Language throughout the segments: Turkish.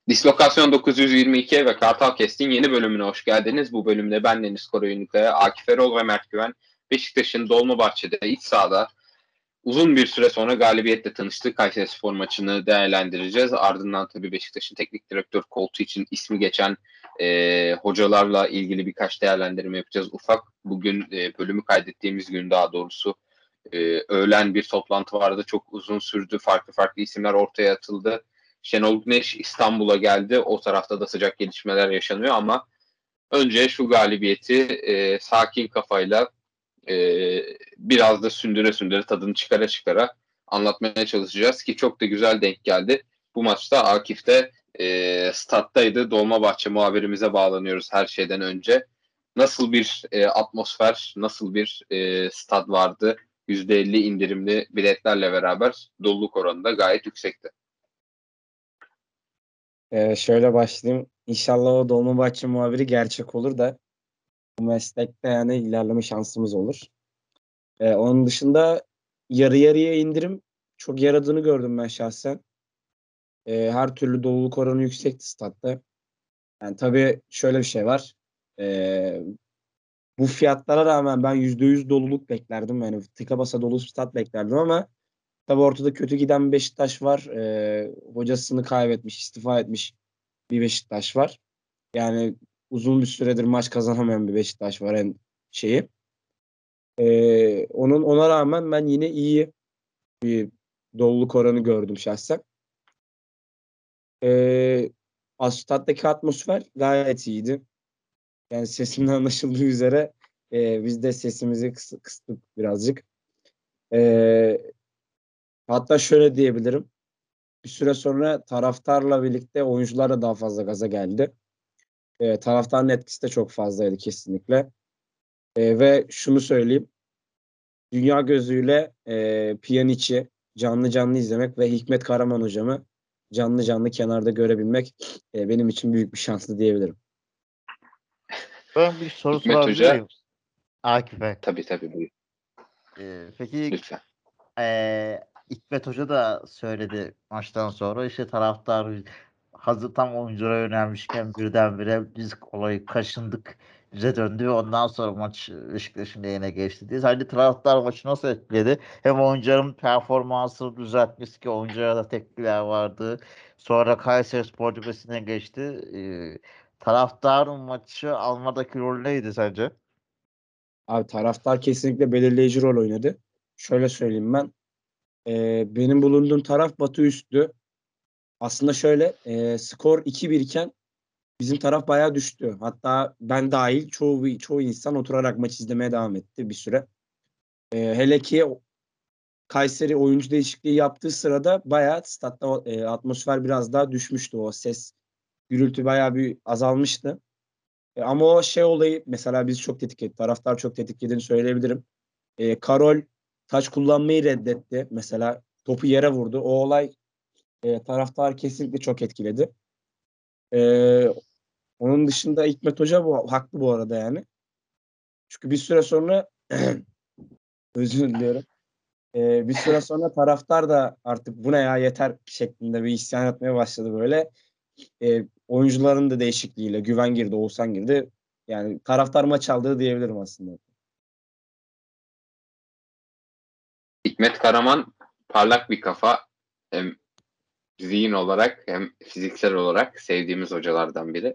Dislokasyon 922 ve Kartal Kest'in yeni bölümüne hoş geldiniz. Bu bölümde ben Deniz Koray Ünlükaya, Akif Erol ve Mert Güven, Beşiktaş'ın Dolmabahçe'de iç sahada uzun bir süre sonra galibiyetle tanıştığı Kayserispor maçını değerlendireceğiz. Ardından tabii Beşiktaş'ın teknik direktör koltuğu için ismi geçen hocalarla ilgili birkaç değerlendirme yapacağız. Ufak bugün bölümü kaydettiğimiz gün daha doğrusu öğlen bir toplantı vardı. Çok uzun sürdü. Farklı farklı isimler ortaya atıldı. Şenol Güneş İstanbul'a geldi. O tarafta da sıcak gelişmeler yaşanıyor ama önce şu galibiyeti sakin kafayla e, biraz da sündüre sündüre tadını çıkara çıkara anlatmaya çalışacağız ki çok da güzel denk geldi. Bu maçta Akif de stat'taydı. Dolmabahçe muhabirimize bağlanıyoruz her şeyden önce. Nasıl bir atmosfer, nasıl bir stat vardı? %50 indirimli biletlerle beraber doluluk oranı da gayet yüksekti. Şöyle başlayayım. İnşallah o Dolmabahçe muhabiri gerçek olur da bu meslekte yani ilerleme şansımız olur. Onun dışında yarı yarıya indirim çok yaradığını gördüm ben şahsen. Her türlü doluluk oranı yüksekti statta. Yani tabii şöyle bir şey var. Ee, Bu fiyatlara rağmen ben %100 doluluk beklerdim. Yani tıka basa dolu stat beklerdim ama tabii ortada kötü giden bir Beşiktaş var. Hocasını kaybetmiş, istifa etmiş bir Beşiktaş var. Yani uzun bir süredir maç kazanamayan bir Beşiktaş var en şeyi. Ona rağmen ben yine iyi doluluk oranı gördüm şahsen. Stattaki atmosfer gayet iyiydi. Yani sesimden anlaşıldığı üzere biz de sesimizi kıstık birazcık. Ee, Hatta şöyle diyebilirim. Bir süre sonra taraftarla birlikte oyuncular da daha fazla gaza geldi. Taraftarın etkisi de çok fazlaydı kesinlikle. Ve şunu söyleyeyim. Dünya gözüyle Pjanic'i canlı canlı izlemek ve Hikmet Karaman hocamı canlı canlı kenarda görebilmek benim için büyük bir şanslı diyebilirim. Ben bir soru Hikmet sorabilir Hoca, miyim Akif'e? tabii buyur, Peki lütfen. Hikmet Hoca da söyledi maçtan sonra işte taraftar hazır tam oyunculara yönelmişken birdenbire biz olayı kaşındık bize döndü ve ondan sonra maç Beşiktaş'ın lehine geçti diye. Sadece taraftar maçı nasıl etkiledi? Hem oyuncuların performansını düzeltmesi ki oyunculara da tepkiler vardı. Sonra Kayserispor cephesine geçti. Taraftarın maçı almadaki rol neydi sence? Abi taraftar kesinlikle belirleyici rol oynadı. Şöyle söyleyeyim ben. Benim bulunduğum taraf Batı üstü. Aslında şöyle skor 2-1 iken bizim taraf bayağı düştü. Hatta ben dahil çoğu insan oturarak maç izlemeye devam etti bir süre. Hele ki Kayseri oyuncu değişikliği yaptığı sırada bayağı statta atmosfer biraz daha düşmüştü. O ses, gürültü bayağı bir azalmıştı. Ama o şey olayı mesela biz çok tetikledi. Taraftar çok tetiklediğini söyleyebilirim. Karol taç kullanmayı reddetti. Mesela topu yere vurdu. O olay taraftar kesinlikle çok etkiledi. E, Onun dışında Hikmet Hoca haklı bu arada yani. Çünkü bir süre sonra özür diliyorum. Bir süre sonra taraftar da artık bu ne ya yeter şeklinde bir isyan etmeye başladı böyle. Oyuncuların da değişikliğiyle Güven girdi, Oğuzhan girdi. Yani taraftar maç aldığı diyebilirim aslında. Hikmet Karaman parlak bir kafa. Hem zihin olarak hem fiziksel olarak sevdiğimiz hocalardan biri.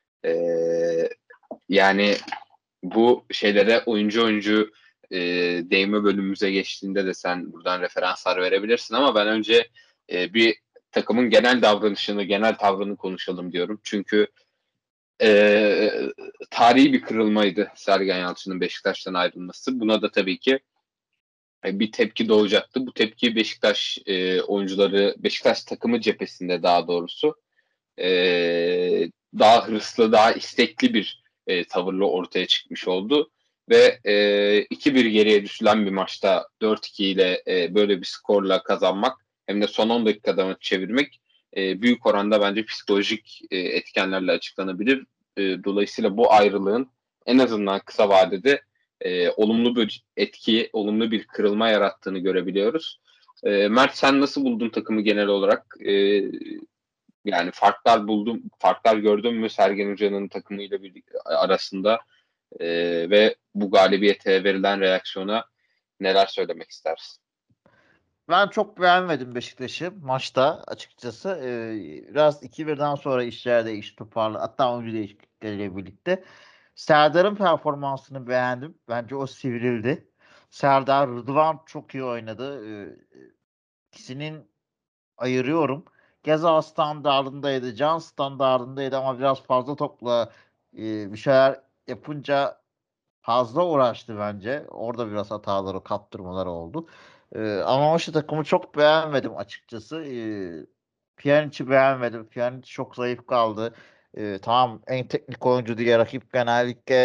Yani bu şeylere oyuncu değme bölümümüze geçtiğinde de sen buradan referanslar verebilirsin ama ben önce bir takımın genel davranışını, genel tavrını konuşalım diyorum. Çünkü e, tarihi bir kırılmaydı Sergen Yalçın'ın Beşiktaş'tan ayrılması. Buna da tabii ki bir tepki doğacaktı. Bu tepki Beşiktaş oyuncuları, Beşiktaş takımı cephesinde daha doğrusu e, daha hırslı, daha istekli bir tavırla ortaya çıkmış oldu. Ve 2-1 geriye düşülen bir maçta 4-2 ile böyle bir skorla kazanmak hem de son 10 dakikada maçı çevirmek büyük oranda bence psikolojik etkenlerle açıklanabilir. Dolayısıyla bu ayrılığın en azından kısa vadede olumlu bir etki, olumlu bir kırılma yarattığını görebiliyoruz. Mert sen nasıl buldun takımı genel olarak? Yani farklar gördün mü Sergen Hoca'nın takımıyla birlikte arasında ve bu galibiyete verilen reaksiyona neler söylemek istersin? Ben çok beğenmedim Beşiktaş'ı maçta açıkçası. Biraz 2-1'den sonra işler değişti, toparladı. Hatta oyuncu değişiklikleriyle birlikte. Serdar'ın performansını beğendim. Bence o sivrildi. Serdar, Rıdvan çok iyi oynadı. İkisinin ayırıyorum. Geza standardındaydı, Can standardındaydı ama biraz fazla topla bir şeyler yapınca fazla uğraştı bence. Orada biraz hataları, kaptırmaları oldu. Ama şu takımı çok beğenmedim açıkçası. Pjanic'i beğenmedim. Pjanic çok zayıf kaldı. Tamam, en teknik oyuncu diye rakip genellikle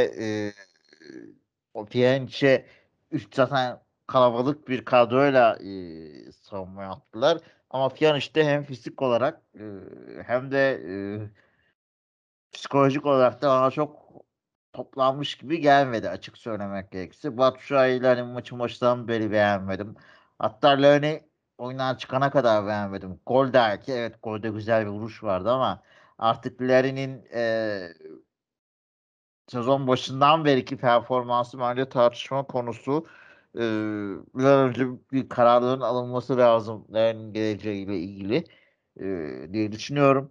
o Pjanic'e üst zaten kalabalık bir kadroyla savunma yaptılar. Ama Pjanic de hem fizik olarak hem de psikolojik olarak da bana çok toplanmış gibi gelmedi açık söylemek gerekirse. Batshuayi'yle hani maçın başından beri beğenmedim. Hatta Löney oyundan çıkana kadar beğenmedim. Gol der ki evet, golde güzel bir vuruş vardı ama artık Larin'in sezon başından beriki performansı bence tartışma konusu. E, Bir an önce bir kararların alınması lazım Larin'in geleceğiyle ilgili diye düşünüyorum.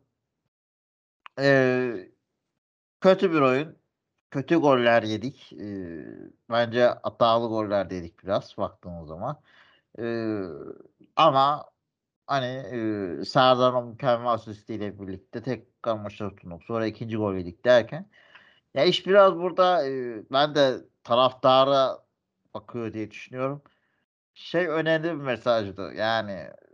E, Kötü bir oyun. Kötü goller yedik. Bence hatalı goller de yedik biraz baktığımız zaman. Ee, Ama hani Serdar'ın o mükemmel asistiyle birlikte tekrar maçta tutunduk. Sonra ikinci gol yedik derken. Ya iş biraz burada ben de taraftara bakıyor diye düşünüyorum. Şey, önemli bir mesajdı. Yani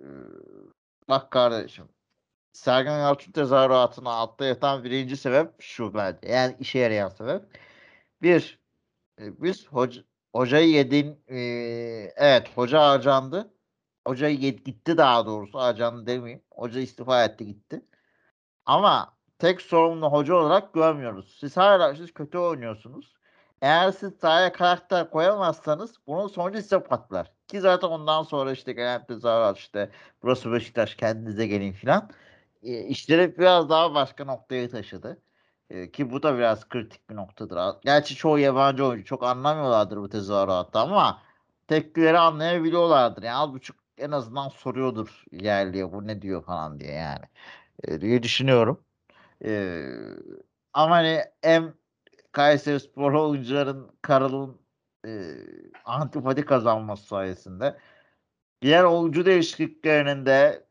bak kardeşim, Sergen Yalçın tezahüratına altta yatan birinci sebep şu bence. Yani işe yarayan sebep. Bir, biz hocayı yedin, evet, hoca harcandı. Gitti, daha doğrusu harcandı demeyeyim. Hoca istifa etti, gitti. Ama tek sorumlu hoca olarak görmüyoruz. Siz kötü oynuyorsunuz. Eğer siz sahaya karakter koyamazsanız bunun sonucu size patlar. Ki zaten ondan sonra işte gelen tezahürat, işte burası Beşiktaş, kendinize gelin filan. İşleri biraz daha başka noktaya taşıdı. Ki bu da biraz kritik bir noktadır. Gerçi çoğu yabancı oyuncu çok anlamıyorlardır bu tezahüratı ama tepkileri anlayabiliyorlardır. Yani az buçuk en azından soruyordur yerliye, bu ne diyor falan diye yani diye düşünüyorum. E, Ama hani hem Kayserispor oyuncuların Karal'ın antipati kazanması sayesinde diğer oyuncu değişikliklerinin de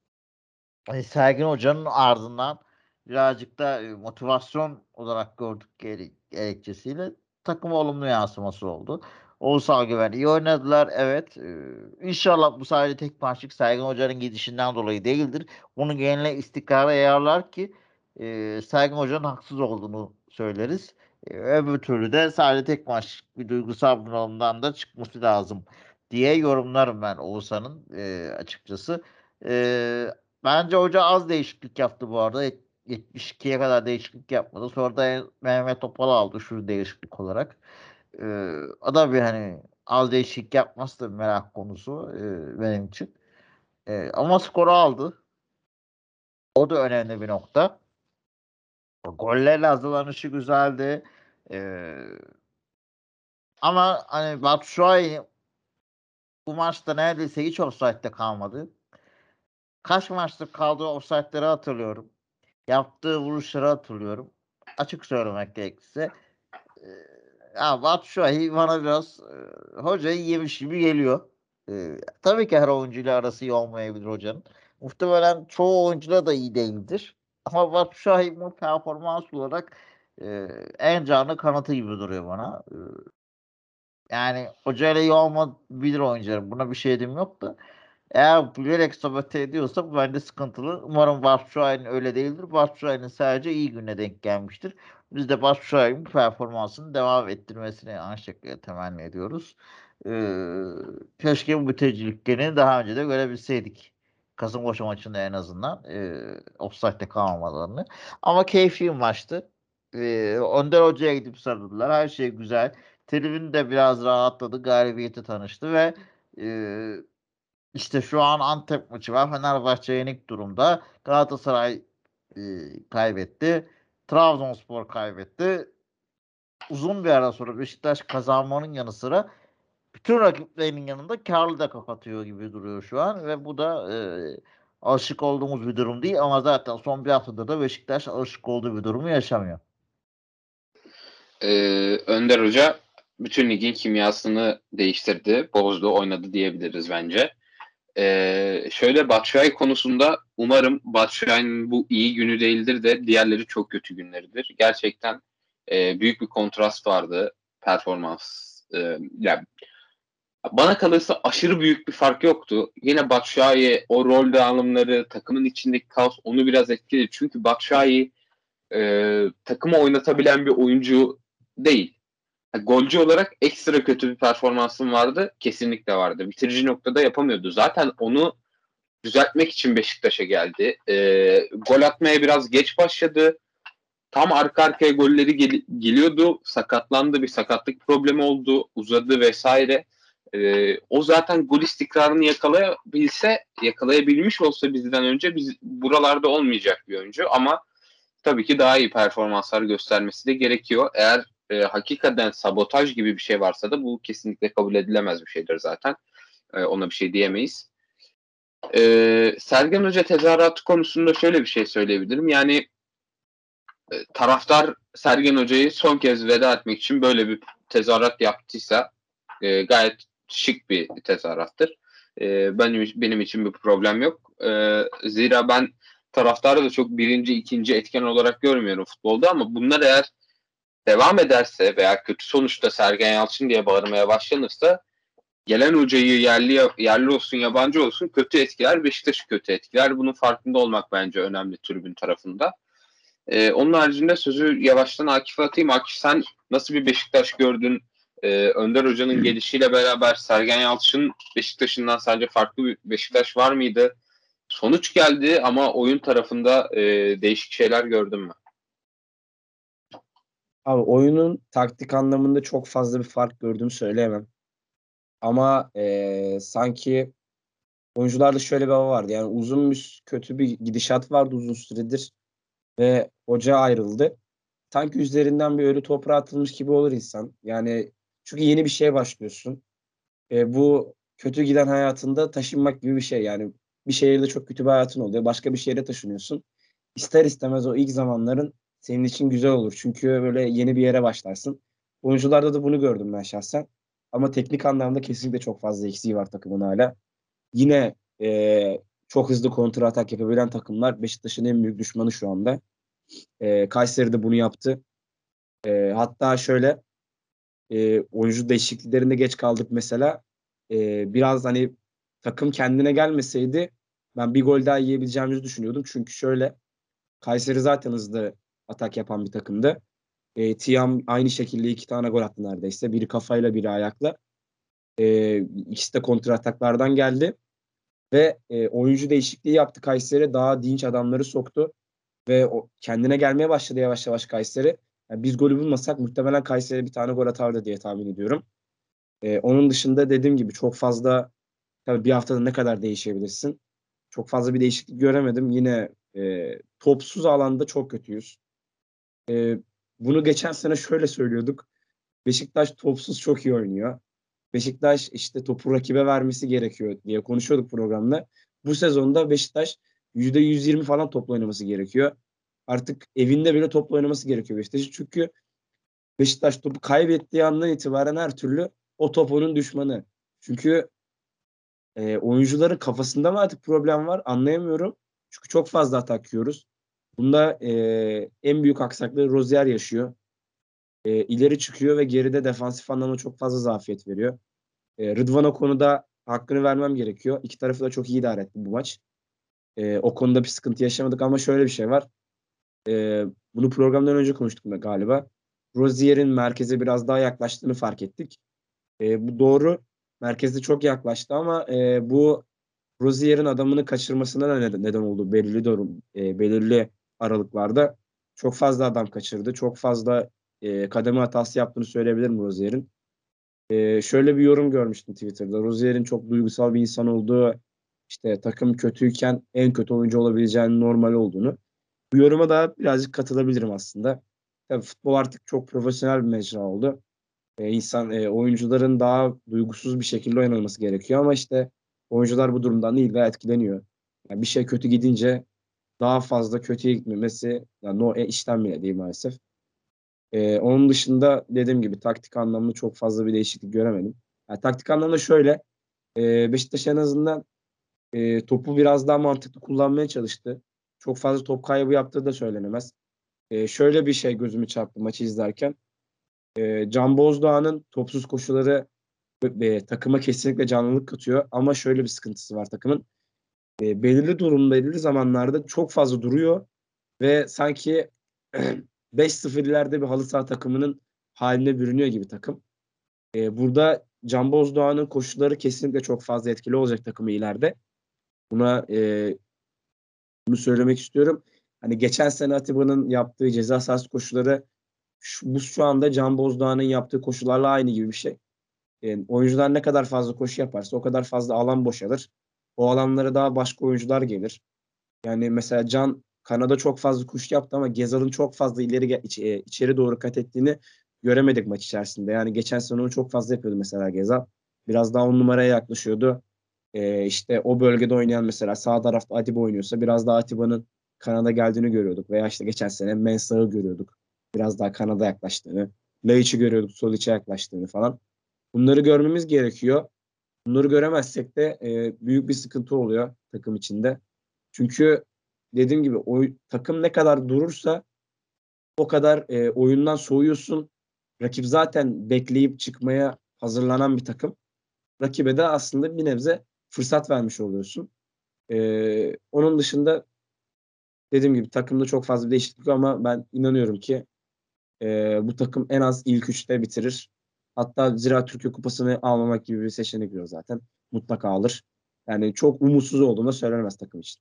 Sergen Hoca'nın ardından birazcık da motivasyon olarak gördük gerekçesiyle takıma olumlu yansıması oldu. Oğuzhan Güven iyi oynadılar. Evet. İnşallah bu sadece tek maçlık Sergen Hoca'nın gidişinden dolayı değildir. Bunu genel istikrara yayarlar ki Sergen Hoca'nın haksız olduğunu söyleriz. Öbür türlü de sadece tek maçlık bir duygusal bunalımdan da çıkması lazım diye yorumlarım ben Oğuzhan'ın açıkçası. E, Bence hoca az değişiklik yaptı bu arada. 72'ye kadar değişiklik yapmadı. Sonra da Mehmet Topal aldı şu değişiklik olarak. O da bir hani az değişiklik yapması da bir merak konusu benim için. Ama skoru aldı. O da önemli bir nokta. Gollerle hazırlanışı güzeldi. Ee, Ama hani Batshuayi bu maçta neredeyse hiç offside'de kalmadı. Kaç maçtır kaldığı offside'leri hatırlıyorum. Yaptığı vuruşları hatırlıyorum. Açık söylemek gerekirse. E, Ya Batshuayi bana biraz hocayı yemiş gibi geliyor. Tabii ki her oyuncuyla arası iyi olmayabilir hocanın. Muhtemelen çoğu oyuncuyla da iyi değildir. Ama Batshuayi bu performans olarak en canlı kanatı gibi duruyor bana. Yani hocayla iyi olmayabilir oyuncular. Buna bir şey diyeyim yok da. Eğer bilerek sabote ediyorsa bu bence sıkıntılı. Umarım Batshuayi'nin öyle değildir. Batshuayi'nin sadece iyi güne denk gelmiştir. Biz de Batshuayi'nin performansını devam ettirmesini aynı şekilde temenni ediyoruz. Keşke bu tecrübelerini daha önce de görebilseydik. Kasımpaşa maçında en azından offside'de kalmamalarını. Ama keyifli bir maçtı. Önder Hoca'ya gidip sarıldılar. Her şey güzel. Tribün de biraz rahatladı. Galibiyete tanıştı ve e, işte şu an Antep maçı var. Fenerbahçe yenik durumda. Galatasaray kaybetti. Trabzonspor kaybetti. Uzun bir ara sonra Beşiktaş kazanmanın yanı sıra bütün rakiplerinin yanında karlı da kapatıyor gibi duruyor şu an ve bu da alışık olduğumuz bir durum değil ama zaten son bir haftada da Beşiktaş alışık olduğu bir durumu yaşamıyor. Önder Hoca bütün ligin kimyasını değiştirdi, bozdu, oynadı diyebiliriz bence. Şöyle Batshuayi konusunda umarım Batshuayi'nin bu iyi günü değildir de diğerleri çok kötü günleridir. Gerçekten büyük bir kontrast vardı performans. Yani bana kalırsa aşırı büyük bir fark yoktu. Yine Batshuayi o rol dağılımları, takımın içindeki kaos onu biraz etkiledi. Çünkü Batshuayi takımı oynatabilen bir oyuncu değil. Golcü olarak ekstra kötü bir performansım vardı. Kesinlikle vardı. Bitirici noktada yapamıyordu. Zaten onu düzeltmek için Beşiktaş'a geldi. Gol atmaya biraz geç başladı. Tam arka arkaya golleri geliyordu. Sakatlandı. Bir sakatlık problemi oldu. Uzadı vesaire. O zaten gol istikrarını yakalayabilmiş olsa bizden önce biz buralarda olmayacak bir oyuncu. Ama tabii ki daha iyi performanslar göstermesi de gerekiyor. Eğer hakikaten sabotaj gibi bir şey varsa da bu kesinlikle kabul edilemez bir şeydir zaten. Ona bir şey diyemeyiz. Sergen Hoca tezahüratı konusunda şöyle bir şey söyleyebilirim. Yani taraftar Sergen Hoca'yı son kez veda etmek için böyle bir tezahürat yaptıysa gayet şık bir tezahürattır. Benim için bir problem yok. Zira ben taraftarı da çok birinci, ikinci etken olarak görmüyorum futbolda ama bunlar eğer devam ederse veya kötü sonuçta Sergen Yalçın diye bağırmaya başlanırsa gelen hocayı yerli olsun yabancı olsun kötü etkiler, Beşiktaş'ı kötü etkiler. Bunun farkında olmak bence önemli tribün tarafında. Onun haricinde sözü yavaştan Akif'e atayım. Akif sen nasıl bir Beşiktaş gördün? Önder Hoca'nın gelişiyle beraber Sergen Yalçın Beşiktaş'ından sence farklı bir Beşiktaş var mıydı? Sonuç geldi ama oyun tarafında değişik şeyler gördün mü? Abi oyunun taktik anlamında çok fazla bir fark gördüğümü söyleyemem. Ama sanki oyuncularda şöyle bir hava vardı. Yani uzun bir kötü bir gidişat vardı uzun süredir ve hoca ayrıldı. Sanki üzerinden bir ölü toprağa atılmış gibi olur insan. Yani çünkü yeni bir şeye başlıyorsun. Bu kötü giden hayatında taşınmak gibi bir şey. Yani bir şehirde çok kötü bir hayatın oluyor. Başka bir şehre taşınıyorsun. İster istemez o ilk zamanların senin için güzel olur. Çünkü böyle yeni bir yere başlarsın. Oyuncularda da bunu gördüm ben şahsen. Ama teknik anlamda kesinlikle çok fazla eksiği var takımın hala. Yine çok hızlı kontra atak yapabilen takımlar Beşiktaş'ın en büyük düşmanı şu anda. Kayseri de bunu yaptı. Hatta şöyle oyuncu değişikliklerinde geç kaldık mesela. Biraz hani takım kendine gelmeseydi ben bir gol daha yiyebileceğimizi düşünüyordum. Çünkü şöyle Kayseri zaten hızlı atak yapan bir takımdı. Tiam aynı şekilde iki tane gol attı neredeyse. Biri kafayla biri ayakla. İkisi de kontra ataklardan geldi. Ve oyuncu değişikliği yaptı Kayseri. Daha dinç adamları soktu. Ve kendine gelmeye başladı yavaş yavaş Kayseri. Yani biz golü bulmasak muhtemelen Kayseri bir tane gol atardı diye tahmin ediyorum. Onun dışında dediğim gibi çok fazla tabii bir haftada ne kadar değişebilirsin. Çok fazla bir değişiklik göremedim. Yine topsuz alanda çok kötüyüz. E, Bunu geçen sene şöyle söylüyorduk. Beşiktaş topsuz çok iyi oynuyor. Beşiktaş işte topu rakibe vermesi gerekiyor diye konuşuyorduk programda. Bu sezonda Beşiktaş %120 falan topla oynaması gerekiyor. Artık evinde bile topla oynaması gerekiyor Beşiktaş'ın. Çünkü Beşiktaş topu kaybettiği andan itibaren her türlü o top onun düşmanı. Çünkü oyuncuların kafasında mı artık problem var anlayamıyorum. Çünkü çok fazla atak yiyoruz. Bunda en büyük aksaklığı Rozier yaşıyor. İleri çıkıyor ve geride defansif anlamda çok fazla zafiyet veriyor. Rıdvan o konuda hakkını vermem gerekiyor. İki tarafı da çok iyi idare etti bu maç. O konuda bir sıkıntı yaşamadık ama şöyle bir şey var. Bunu programdan önce konuştuk galiba. Rozier'in merkeze biraz daha yaklaştığını fark ettik. Bu doğru. Merkezde çok yaklaştı ama bu Rozier'in adamını kaçırmasına da neden oldu belirli aralıklarda. Çok fazla adam kaçırdı. Çok fazla kademe hatası yaptığını söyleyebilirim Rozier'in. Şöyle bir yorum görmüştüm Twitter'da. Rozier'in çok duygusal bir insan olduğu, işte takım kötüyken en kötü oyuncu olabileceğinin normal olduğunu. Bu yoruma da birazcık katılabilirim aslında. Tabii futbol artık çok profesyonel bir mecra oldu. Oyuncuların daha duygusuz bir şekilde oynanması gerekiyor ama işte oyuncular bu durumdan değil ve etkileniyor. Yani bir şey kötü gidince daha fazla kötüye gitmemesi yani işten bile değil maalesef. Onun dışında dediğim gibi taktik anlamında çok fazla bir değişiklik göremedim. Yani taktik anlamda şöyle Beşiktaş en azından topu biraz daha mantıklı kullanmaya çalıştı. Çok fazla top kaybı yaptığı da söylenemez. Şöyle bir şey gözümü çarptı maçı izlerken. Can Bozdoğan'ın topsuz koşuları takıma kesinlikle canlılık katıyor. Ama şöyle bir sıkıntısı var takımın. Belirli zamanlarda çok fazla duruyor ve sanki 5-0 ileride bir halı saha takımının haline bürünüyor gibi takım. Burada Can Bozdoğan'ın koşuları kesinlikle çok fazla etkili olacak takımı ileride. Buna bunu söylemek istiyorum. Hani geçen sene Atiba'nın yaptığı ceza sahası koşuları şu anda Can Bozdoğan'ın yaptığı koşularla aynı gibi bir şey. Oyuncular ne kadar fazla koşu yaparsa o kadar fazla alan boşalır. O alanlara daha başka oyuncular gelir. Yani mesela Can Kanada çok fazla koşu yaptı ama Gezal'ın çok fazla içeri doğru kat ettiğini göremedik maç içerisinde. Yani geçen sene onu çok fazla yapıyordu mesela Gezal. Biraz daha 10 numaraya yaklaşıyordu. İşte o bölgede oynayan mesela sağ tarafta Atiba oynuyorsa biraz daha Atiba'nın Kanada geldiğini görüyorduk. Veya işte geçen sene Mensah'ı görüyorduk. Biraz daha Kanada yaklaştığını. Laiç'i görüyorduk sol içe yaklaştığını falan. Bunları görmemiz gerekiyor. Bunları göremezsek de büyük bir sıkıntı oluyor takım içinde. Çünkü dediğim gibi takım ne kadar durursa o kadar oyundan soğuyorsun. Rakip zaten bekleyip çıkmaya hazırlanan bir takım. Rakibe de aslında bir nebze fırsat vermiş oluyorsun. Onun dışında dediğim gibi takımda çok fazla bir değişiklik yok ama ben inanıyorum ki bu takım en az ilk üçte bitirir. Hatta Ziraat Türkiye Kupası'nı almamak gibi bir seçenek yok zaten. Mutlaka alır. Yani çok umutsuz olduğunu söylenemez takım için.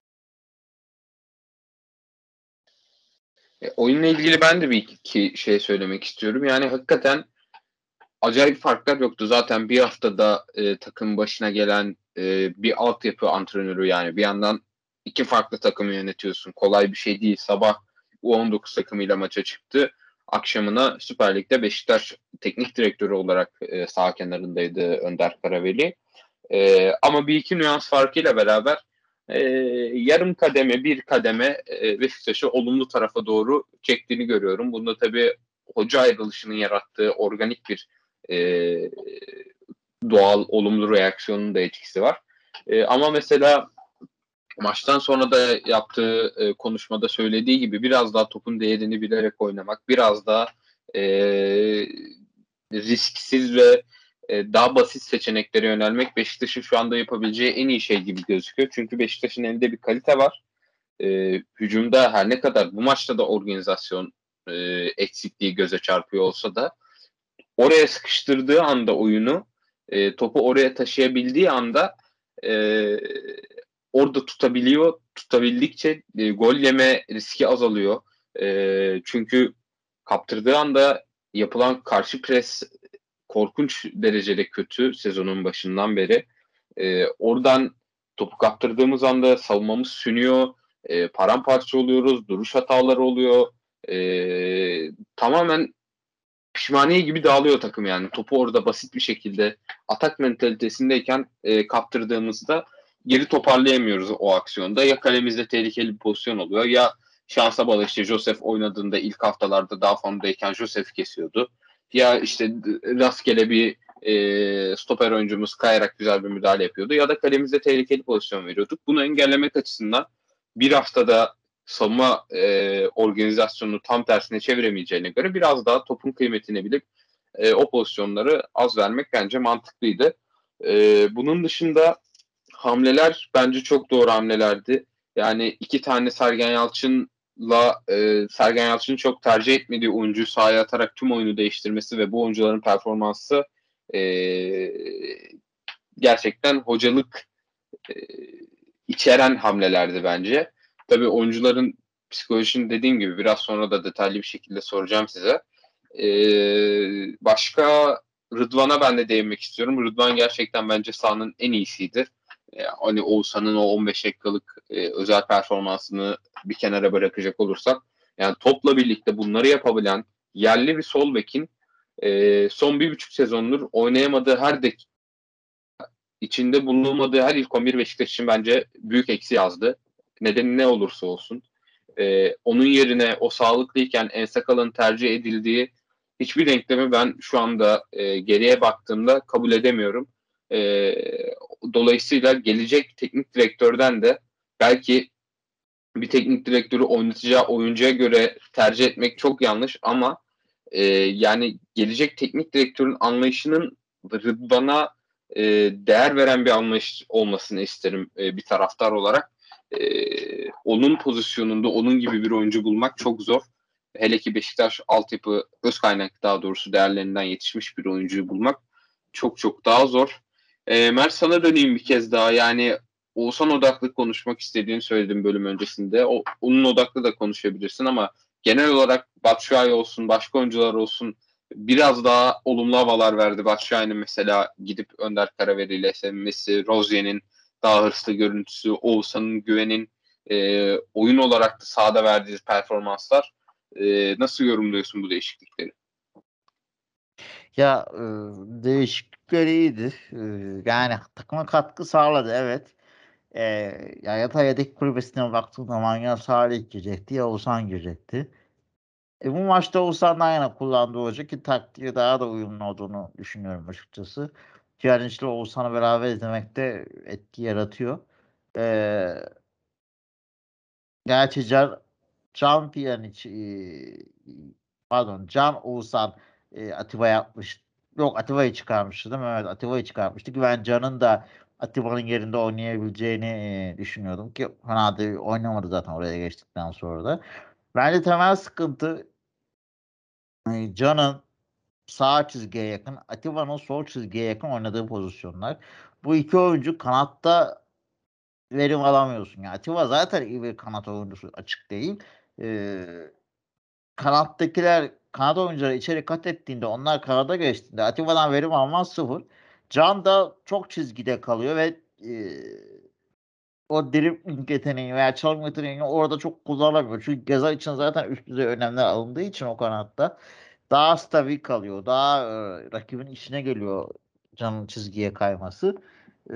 Oyunla ilgili ben de bir iki şey söylemek istiyorum. Yani hakikaten acayip farklar yoktu. Zaten bir haftada takım başına gelen bir altyapı antrenörü, yani bir yandan iki farklı takımı yönetiyorsun. Kolay bir şey değil. Sabah U19 takımıyla maça çıktı. Akşamına Süper Lig'de Beşiktaş teknik direktörü olarak sağ kenarındaydı Önder Karaveli. Ama bir iki nüans farkıyla beraber yarım kademe, bir kademe Beşiktaş'ı olumlu tarafa doğru çektiğini görüyorum. Bunda tabii hoca ayrılışının yarattığı organik bir e, doğal olumlu reaksiyonun da etkisi var. Ama mesela maçtan sonra da yaptığı konuşmada söylediği gibi biraz daha topun değerini bilerek oynamak, biraz daha e, risksiz ve daha basit seçeneklere yönelmek Beşiktaş'ın şu anda yapabileceği en iyi şey gibi gözüküyor. Çünkü Beşiktaş'ın elinde bir kalite var. Hücumda her ne kadar bu maçta da organizasyon eksikliği göze çarpıyor olsa da oraya sıkıştırdığı anda oyunu, topu oraya taşıyabildiği anda e, orada tutabiliyor. Tutabildikçe gol yeme riski azalıyor. Çünkü kaptırdığı anda yapılan karşı pres korkunç derecede kötü sezonun başından beri. Oradan topu kaptırdığımız anda savunmamız sünüyor. Paramparça oluyoruz. Duruş hataları oluyor. Tamamen pişmaniye gibi dağılıyor takım yani. Topu orada basit bir şekilde atak mentalitesindeyken kaptırdığımızda geri toparlayamıyoruz o aksiyonda. Ya kalemizde tehlikeli bir pozisyon oluyor ya şansa bağlı işte Josef oynadığında ilk haftalarda daha formdayken Josef kesiyordu. Ya işte rastgele bir stoper oyuncumuz kayarak güzel bir müdahale yapıyordu ya da kalemizde tehlikeli pozisyon veriyorduk. Bunu engellemek açısından bir haftada savunma organizasyonunu tam tersine çeviremeyeceğine göre biraz daha topun kıymetini bilip o pozisyonları az vermek bence mantıklıydı. Bunun dışında hamleler bence çok doğru hamlelerdi. Yani iki tane Sergen Yalçın'ın çok tercih etmediği oyuncuyu sahaya atarak tüm oyunu değiştirmesi ve bu oyuncuların performansı e, gerçekten hocalık e, içeren hamlelerdi bence. Tabii oyuncuların psikolojisini dediğim gibi biraz sonra da detaylı bir şekilde soracağım size. Başka Rıdvan'a ben de değinmek istiyorum. Rıdvan gerçekten bence sahanın en iyisiydi. Hani Oğuzhan'ın o 15 dakikalık özel performansını bir kenara bırakacak olursak, yani topla birlikte bunları yapabilen yerli bir sol bekin son 1,5 sezondur oynayamadığı her dakika, içinde bulunmadığı her ilk 11 Beşiktaş için bence büyük eksi yazdı. Nedeni ne olursa olsun. Onun yerine o sağlıklıyken Ensakala'nın tercih edildiği hiçbir denklemi ben şu anda geriye baktığımda kabul edemiyorum. Dolayısıyla gelecek teknik direktörden de belki bir teknik direktörü oynatacağı oyuncuya göre tercih etmek çok yanlış ama yani gelecek teknik direktörün anlayışının Rıdvan'a değer veren bir anlayış olmasını isterim bir taraftar olarak. Onun pozisyonunda onun gibi bir oyuncu bulmak çok zor. Hele ki Beşiktaş altyapı öz kaynak daha doğrusu değerlerinden yetişmiş bir oyuncuyu bulmak çok çok daha zor. Mert, sana döneyim bir kez daha. Yani Oğuzhan odaklı konuşmak istediğini söyledim bölüm öncesinde. Onun odaklı da konuşabilirsin ama genel olarak Batshuayi olsun, başka oyuncular olsun biraz daha olumlu havalar verdi. Batshuayi'nin mesela gidip Önder Karaveri ile sevinmesi, Rozier'in daha hırslı görüntüsü, Oğuzhan'ın güvenin oyun olarak da sahada verdiği performanslar. Nasıl yorumluyorsun bu değişiklikleri? Ya değişiklikler iyiydi. Yani takıma katkı sağladı, evet. E, Ya yatay yedek kulübesine baktığım zaman ya Salih girecekti ya Oğuzhan girecekti. Bu maçta Oğuzhan'dan yana kullandığı olacak ki taktiğe daha da uyumlu olduğunu düşünüyorum açıkçası. Pjanic'le Oğuzhan'ı beraber izlemekte etki yaratıyor. E, Gerçi Can Pjanic, pardon, Can Oğuzhan Atiba yapmış. Yok, Atiba'yı çıkarmıştı değil mi? Evet, Atiba'yı çıkarmıştı. Ben Can'ın da Atiba'nın yerinde oynayabileceğini düşünüyordum ki fena da oynamadı zaten oraya geçtikten sonra da. Bence temel sıkıntı Can'ın sağ çizgiye yakın, Atiba'nın sol çizgiye yakın oynadığı pozisyonlar. Bu iki oyuncu kanatta verim alamıyorsun. Yani Atiba zaten iyi bir kanat oyuncusu, açık değil. Ee, Kanat oyuncuları içeri kat ettiğinde, onlar kanada geçtiğinde Atiba'dan verim almaz, sıfır. Can da çok çizgide kalıyor ve o dribbling yeteneği veya çalım yeteneğini orada çok kullanamıyor. Çünkü Gezal için zaten üst düzey önlemler alındığı için o kanatta daha stabil kalıyor. Daha rakibin içine geliyor Can'ın çizgiye kayması. E,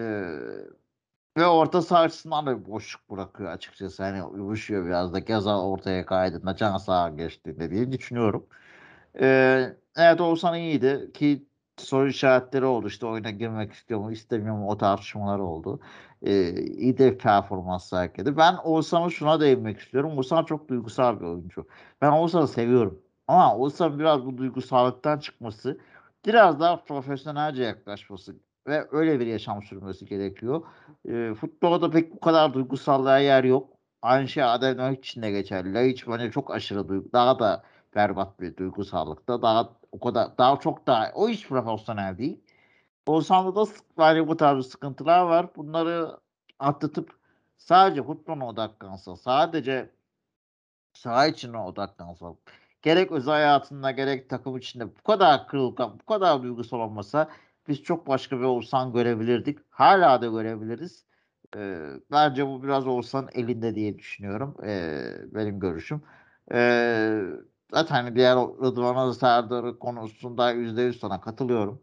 Ve orta saha açısından da bir boşluk bırakıyor açıkçası. Hani uyuşuyor biraz da Gezal ortaya kaydığında, Can sağa geçtiğinde diye düşünüyorum. Evet, Oğuzhan iyiydi ki soru işaretleri oldu. İşte oyuna girmek istiyor mu istemiyor mu, o tartışmalar oldu. İyi de performans sergiledi. Ben Oğuzhan'ı şuna değinmek istiyorum. Oğuzhan çok duygusal bir oyuncu. Ben Oğuzhan'ı seviyorum. Ama Oğuzhan biraz bu duygusallıktan çıkması, biraz daha profesyonelce yaklaşması ve öyle bir yaşam sürmesi gerekiyor. Futbolda da pek bu kadar duygusallığa yer yok. Aynı şey Adem Laiç için de geçerli. Laiç bence çok aşırı daha da berbat bir duygusallıkta. O kadar daha çok daha o hiç profesyonel değil. Oğuzhan'da da yani bu tarz sıkıntılar var. Bunları atlatıp sadece futbola odaklansa, sadece saha içine odaklansa, gerek özel hayatında gerek takım içinde bu kadar kırılgan, bu kadar duygusal olmasa biz çok başka bir Oğuzhan görebilirdik. Hala da görebiliriz. Bence bu biraz Oğuzhan'ın elinde diye düşünüyorum. Benim görüşüm. Ee, Zaten hani diğer Rıdvan Serdar'ı konusunda %100 sana katılıyorum.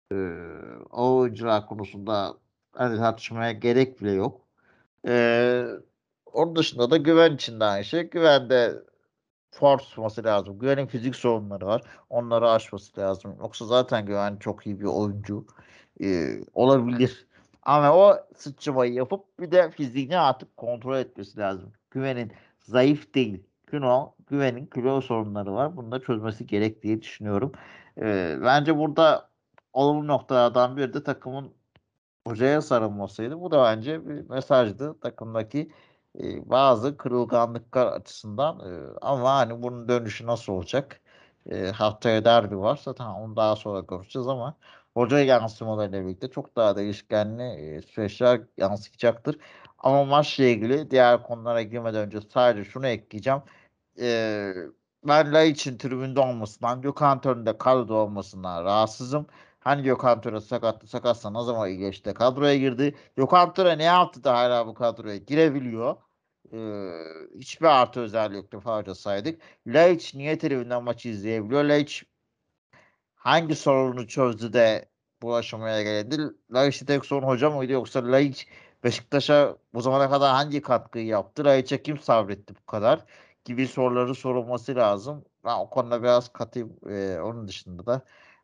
O oyuncular konusunda hani tartışmaya gerek bile yok. Ee, Onun dışında da güven için de aynı şey. Güven de tutması lazım. Güven'in fizik sorunları var. Onları aşması lazım. Yoksa zaten Güven çok iyi bir oyuncu olabilir. Ama o sıçramayı yapıp bir de fiziğini artık kontrol etmesi lazım. Güven'in zayıf değil. Güven'in kilo sorunları var. Bunu da çözmesi gerek diye düşünüyorum. Bence burada olumlu noktalardan biri de takımın hocaya sarılmasıydı. Bu da bence bir mesajdı takımdaki bazı kırılganlıklar açısından. Ama hani bunun dönüşü nasıl olacak? Haftaya derbi var. Zaten onu daha sonra konuşacağız ama hoca yansımalarıyla birlikte çok daha değişkenli süreçler yansıyacaktır. Ama maçla ilgili diğer konulara girmeden önce sadece şunu ekleyeceğim. E, Ben Laiç'in tribünde olmasından, Gökhan Tören'de kadroda olmasından rahatsızım. Hani Gökhan Töre sakatsa ne zaman geçti? Kadroya girdi. Gökhan Töre ne yaptı da hala bu kadroya girebiliyor? Hiçbir artı özelliği yok defalarca saydık. Laiç niye televizyondan maçı izleyebiliyor? Laiç hangi sorunu çözdü de bu aşamaya geldi? Laiç'te tek sorun hoca mıydı yoksa Laiç Beşiktaş'a bu zamana kadar hangi katkıyı yaptı? Laiç'e kim sabretti bu kadar? Gibi soruları sorulması lazım. Ben o konuda biraz katıyım. Onun dışında da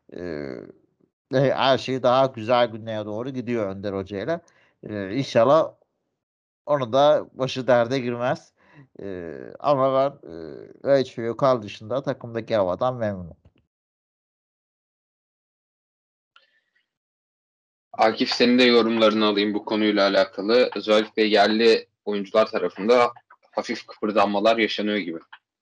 her şey daha güzel günlere doğru gidiyor Önder Hoca'yla. İnşallah onu da başı derde girmez. Ama ben Laiç ve Gökhan dışında takımdaki havadan memnunum. Akif, senin de yorumlarını alayım bu konuyla alakalı. Özellikle yerli oyuncular tarafında hafif kıpırdanmalar yaşanıyor gibi.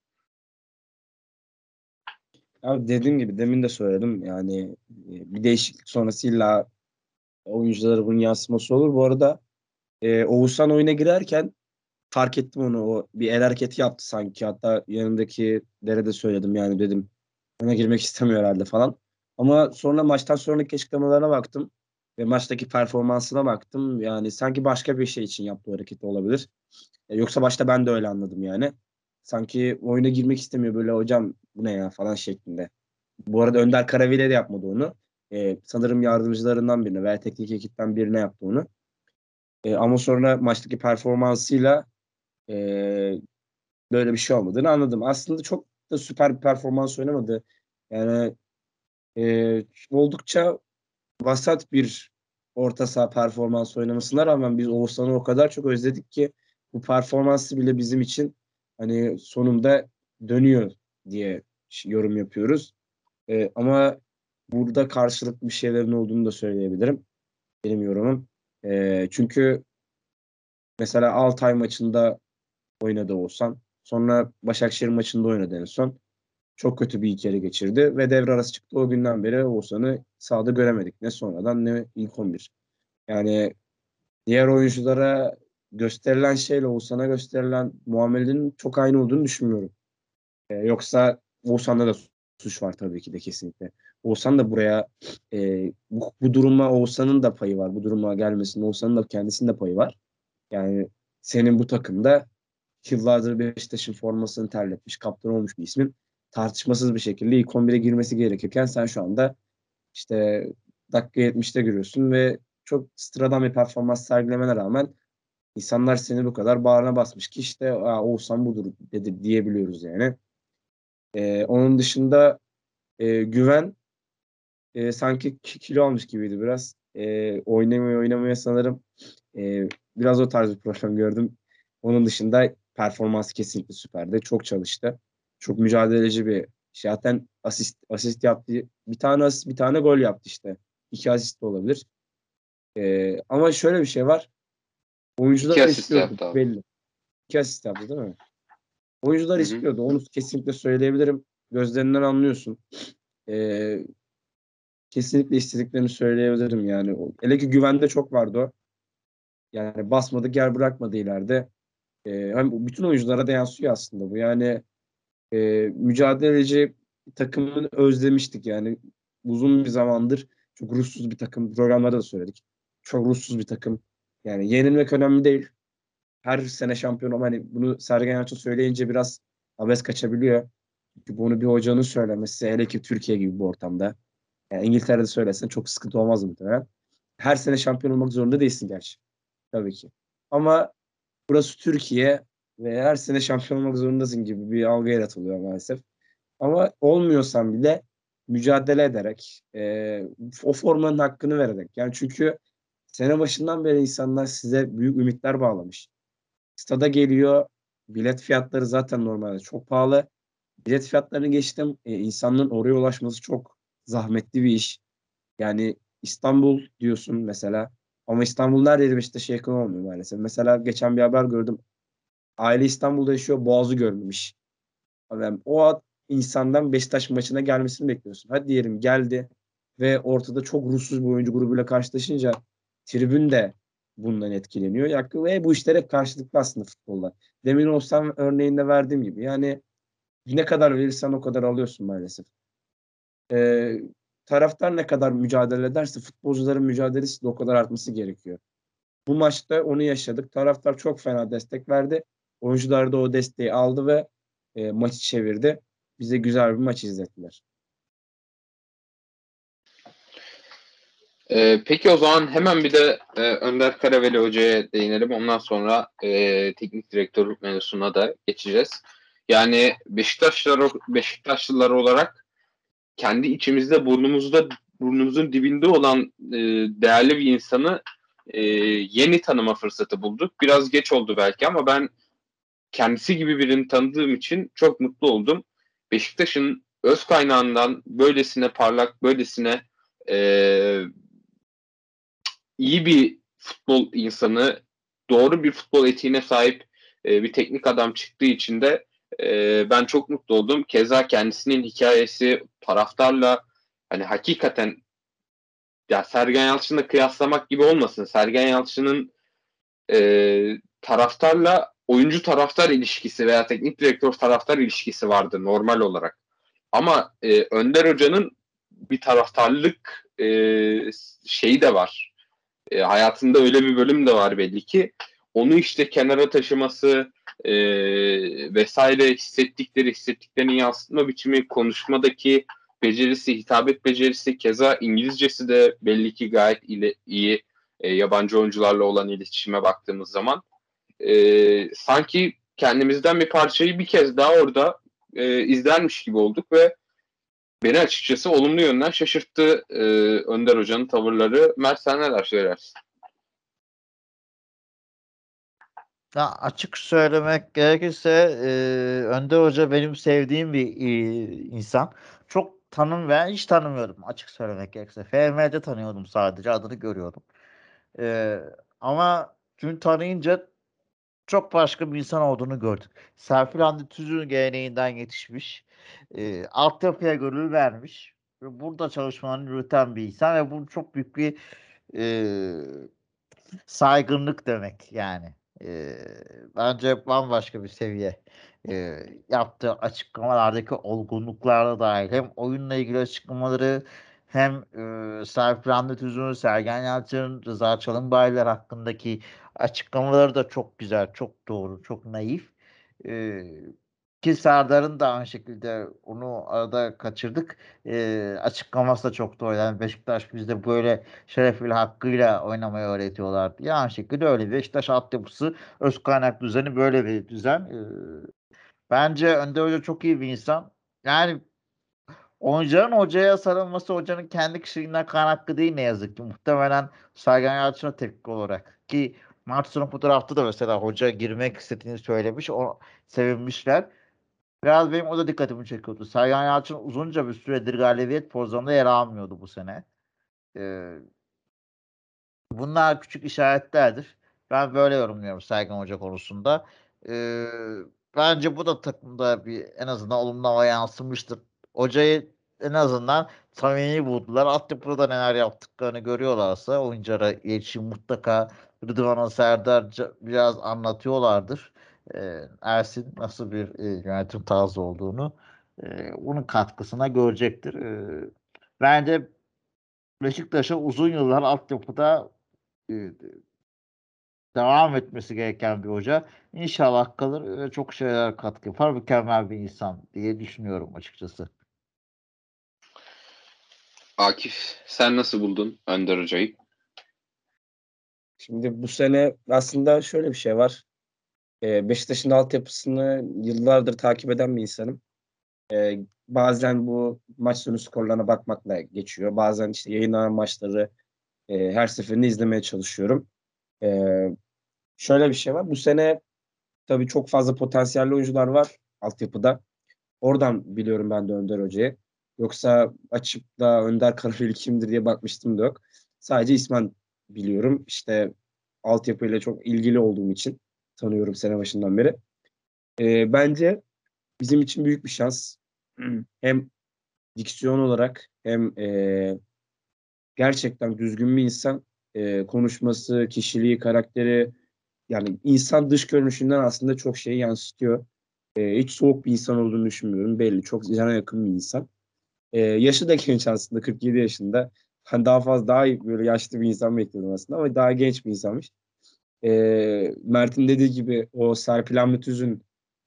Abi dediğim gibi demin de söyledim yani bir değişiklik sonrası illa oyunculara bunun yansıması olur. Bu arada Oğuzhan oyuna girerken fark ettim onu. O bir el hareketi yaptı sanki. Hatta yanındaki de söyledim yani dedim. Ona girmek istemiyor herhalde falan. Ama sonra maçtan sonraki açıklamalarına baktım. Ve maçtaki performansına baktım. Yani sanki başka bir şey için yaptığı hareket olabilir. Yoksa başta ben de öyle anladım yani. Sanki oyuna girmek istemiyor böyle hocam bu ne ya falan şeklinde. Bu arada Önder Karavile de yapmadı onu. Sanırım yardımcılarından birine veya teknik ekipten birine yaptı onu. Ama sonra maçtaki performansıyla e, böyle bir şey olmadığını anladım. Aslında çok da süper bir performans oynamadı. Yani oldukça vasat bir orta saha performans oynamasına rağmen biz Oğuzhan'ı o kadar çok özledik ki bu performansı bile bizim için hani sonunda dönüyor diye yorum yapıyoruz. Ama burada karşılıklı bir şeylerin olduğunu da söyleyebilirim. Benim yorumum. Çünkü mesela Altay maçında oynadı Oğuzhan. Sonra Başakşehir maçında oynadı en son. Çok kötü bir iki kere geçirdi ve devre arası çıktı. O günden beri Oğuzhan'ı sahada göremedik. Ne sonradan ne ilk 11. Yani diğer oyunculara gösterilen şeyle Oğuzhan'a gösterilen muamelenin çok aynı olduğunu düşünmüyorum. Yoksa Oğuzhan'da da suç var tabii ki de kesinlikle. Oğuzhan da buraya bu duruma Oğuzhan'ın da payı var. Bu duruma gelmesinde Oğuzhan'ın da kendisinin de payı var. Yani senin bu takımda yıllardır Beşiktaş'ın formasını terletmiş, kaptan olmuş bir ismin tartışmasız bir şekilde ilk 11'e girmesi gerekirken sen şu anda işte dakika 70'te giriyorsun ve çok sıradan bir performans sergilemene rağmen insanlar seni bu kadar bağrına basmış ki işte Oğuzhan budur dedi diyebiliyoruz yani. Onun dışında Güven sanki kilo almış gibiydi biraz. Oynamaya sanırım biraz o tarz bir program gördüm. Onun dışında performansı kesinlikle süperdi. Çok çalıştı. Çok mücadeleci bir şey. Zaten asist yaptı. Bir tane gol yaptı işte. İki asist de olabilir. Ama şöyle bir şey var. İki Oyuncular asist istiyordu yaptı abi. belli. İki asist yaptı değil mi? Oyuncular Hı hı. istiyordu. Onu kesinlikle söyleyebilirim. Gözlerinden anlıyorsun. Ee, Kesinlikle istediklerini söyleyebilirim yani. Hele ki güvende çok vardı o. Yani basmadık yer bırakmadı ileride. Hem bütün oyunculara da yansıyor aslında bu. Yani mücadeleci takımını özlemiştik yani. Uzun bir zamandır çok ruhsuz bir takım. Programlarda da söyledik. Çok ruhsuz bir takım. Yani yenilmek önemli değil. Her sene şampiyon olma. Hani bunu Sergen Yalçın söyleyince biraz abes kaçabiliyor. Çünkü bunu bir hocanın söylemesi hele ki Türkiye gibi bir ortamda. Yani İngiltere'de söylesen çok sıkıntı olmaz muhtemelen. Her sene şampiyon olmak zorunda değilsin gerçi. Tabii ki. Ama burası Türkiye ve her sene şampiyon olmak zorundasın gibi bir algı yaratılıyor maalesef. Ama olmuyorsan bile mücadele ederek, o formanın hakkını vererek. Yani çünkü sene başından beri insanlar size büyük ümitler bağlamış. Stada geliyor, bilet fiyatları zaten normalde çok pahalı. Bilet fiyatlarını geçtim. İnsanların oraya ulaşması çok zahmetli bir iş. Yani İstanbul diyorsun mesela. Ama İstanbul neredeydi Beşiktaş'a yakın olmuyor maalesef. Mesela geçen bir haber gördüm. Aile İstanbul'da yaşıyor, Boğaz'ı görmemiş. Yani insandan Beşiktaş maçına gelmesini bekliyorsun. Hadi diyelim geldi ve ortada çok ruhsuz bir oyuncu grubuyla karşılaşınca tribün de bundan etkileniyor. Ve bu işler hep karşılıklı aslında futbolda. Demin olsam örneğinde verdiğim gibi. Yani ne kadar verirsen o kadar alıyorsun maalesef. Ee, taraftar ne kadar mücadele ederse futbolcuların mücadelesi de o kadar artması gerekiyor. Bu maçta onu yaşadık. Taraftar çok fena destek verdi. Oyuncular da o desteği aldı ve maçı çevirdi. Bize güzel bir maç izlettiler. Peki o zaman hemen bir de Önder Karaveli Hoca'ya değinelim. Ondan sonra teknik direktörlük mevzusuna da geçeceğiz. Yani Beşiktaşlılar olarak kendi içimizde burnumuzun dibinde olan değerli bir insanı yeni tanıma fırsatı bulduk. Biraz geç oldu belki ama ben kendisi gibi birini tanıdığım için çok mutlu oldum. Beşiktaş'ın öz kaynağından böylesine parlak, böylesine iyi bir futbol insanı, doğru bir futbol etiğine sahip bir teknik adam çıktığı için de ben çok mutlu oldum. Keza kendisinin hikayesi taraftarla hani hakikaten ya Sergen Yalçın'la kıyaslamak gibi olmasın. Sergen Yalçın'ın taraftarla oyuncu taraftar ilişkisi veya teknik direktör taraftar ilişkisi vardı normal olarak. Ama Önder Hoca'nın bir taraftarlık şeyi de var. Hayatında öyle bir bölüm de var belli ki. Onu işte kenara taşıması vesaire hissettiklerini yansıtma biçimi, konuşmadaki becerisi, hitabet becerisi, keza İngilizcesi de belli ki gayet iyi yabancı oyuncularla olan iletişime baktığımız zaman. Sanki kendimizden bir parçayı bir kez daha orada izlermiş gibi olduk ve beni açıkçası olumlu yönden şaşırttı Önder Hoca'nın tavırları. Mert sen neler söylersin? Ya açık söylemek gerekirse Önder Hoca benim sevdiğim bir insan. Çok hiç tanımıyordum açık söylemek gerekirse. FM'de tanıyordum sadece adını görüyordum. E, Ama dün tanıyınca çok başka bir insan olduğunu gördük. Serpil Hande Tüzün geleneğinden yetişmiş. Altyapıya gönül vermiş. Ve burada çalışmalarını yürüten bir insan ve bu çok büyük bir e, saygınlık demek yani. Ee, Bence bambaşka bir seviye. Yaptığı açıklamalardaki olgunluklarla dahil hem oyunla ilgili açıklamaları hem Serpil Hamdi Tüzün'ün, Sergen Yalçın'ın, Rıza Çalınbaylar hakkındaki açıklamaları da çok güzel, çok doğru, çok naif. Ee, Ki Serdar'ın da aynı şekilde onu arada kaçırdık. Açıklaması da çok doğru. Yani Beşiktaş bizde böyle şerefli hakkıyla oynamayı öğretiyorlar diye. Aynı şekilde öyle. Beşiktaş altyapısı öz kaynak düzeni böyle bir düzen. Bence Önder Hoca çok iyi bir insan. Yani oyuncuların hocaya sarılması hocanın kendi kişiliğinden kaynaklı değil ne yazık ki. Muhtemelen Sergen Yalçın'a tepki olarak. Ki maç sonu fotoğrafta da mesela hoca girmek istediğini söylemiş. O sevinmişler. Biraz benim o da dikkatimi çekiyordu. Sergen Yalçın uzunca bir süredir galibiyet pozisyonunda yer almıyordu bu sene. Ee, Bunlar küçük işaretlerdir. Ben böyle yorumluyorum Sergen Hoca konusunda. Ee, Bence bu da takımda bir en azından olumlu hava yansımıştır. Hocayı en azından samimi buldular. Altyapıda da neler yaptıklarını görüyorlarsa oyunculara iletişim mutlaka Rıdvan'a Serdar biraz anlatıyorlardır. Ersin nasıl bir yönetim tarzı olduğunu bunun katkısına görecektir. Bence Beşiktaş'a uzun yıllar altyapıda e, devam etmesi gereken bir hoca. İnşallah kalır ve çok şeyler katkı yapar. Mükemmel bir insan diye düşünüyorum açıkçası. Akif sen nasıl buldun Önder Hoca'yı? Şimdi bu sene aslında şöyle bir şey var. Beşiktaş'ın altyapısını yıllardır takip eden bir insanım. Bazen bu maç sonu skorlarına bakmakla geçiyor. Bazen işte yayınlanan maçları her seferinde izlemeye çalışıyorum. Ee, Şöyle bir şey var. Bu sene tabii çok fazla potansiyelli oyuncular var altyapıda. Oradan biliyorum ben de Önder Hoca'yı. Yoksa açıp da Önder Karaveli kimdir diye bakmıştım da yok. Sadece ismen biliyorum. İşte altyapıyla çok ilgili olduğum için tanıyorum sene başından beri. Bence bizim için büyük bir şans. Hem diksiyon olarak hem gerçekten düzgün bir insan. Konuşması, kişiliği, karakteri yani insan dış görünüşünden aslında çok şey yansıtıyor. Hiç soğuk bir insan olduğunu düşünmüyorum. Belli. Çok cana yakın bir insan. Yaşı da genç aslında, 47 yaşında. Ben daha iyi böyle yaşlı bir insan bekliyordum aslında ama daha genç bir insanmış. Mert'in dediği gibi o Serpil Ahmet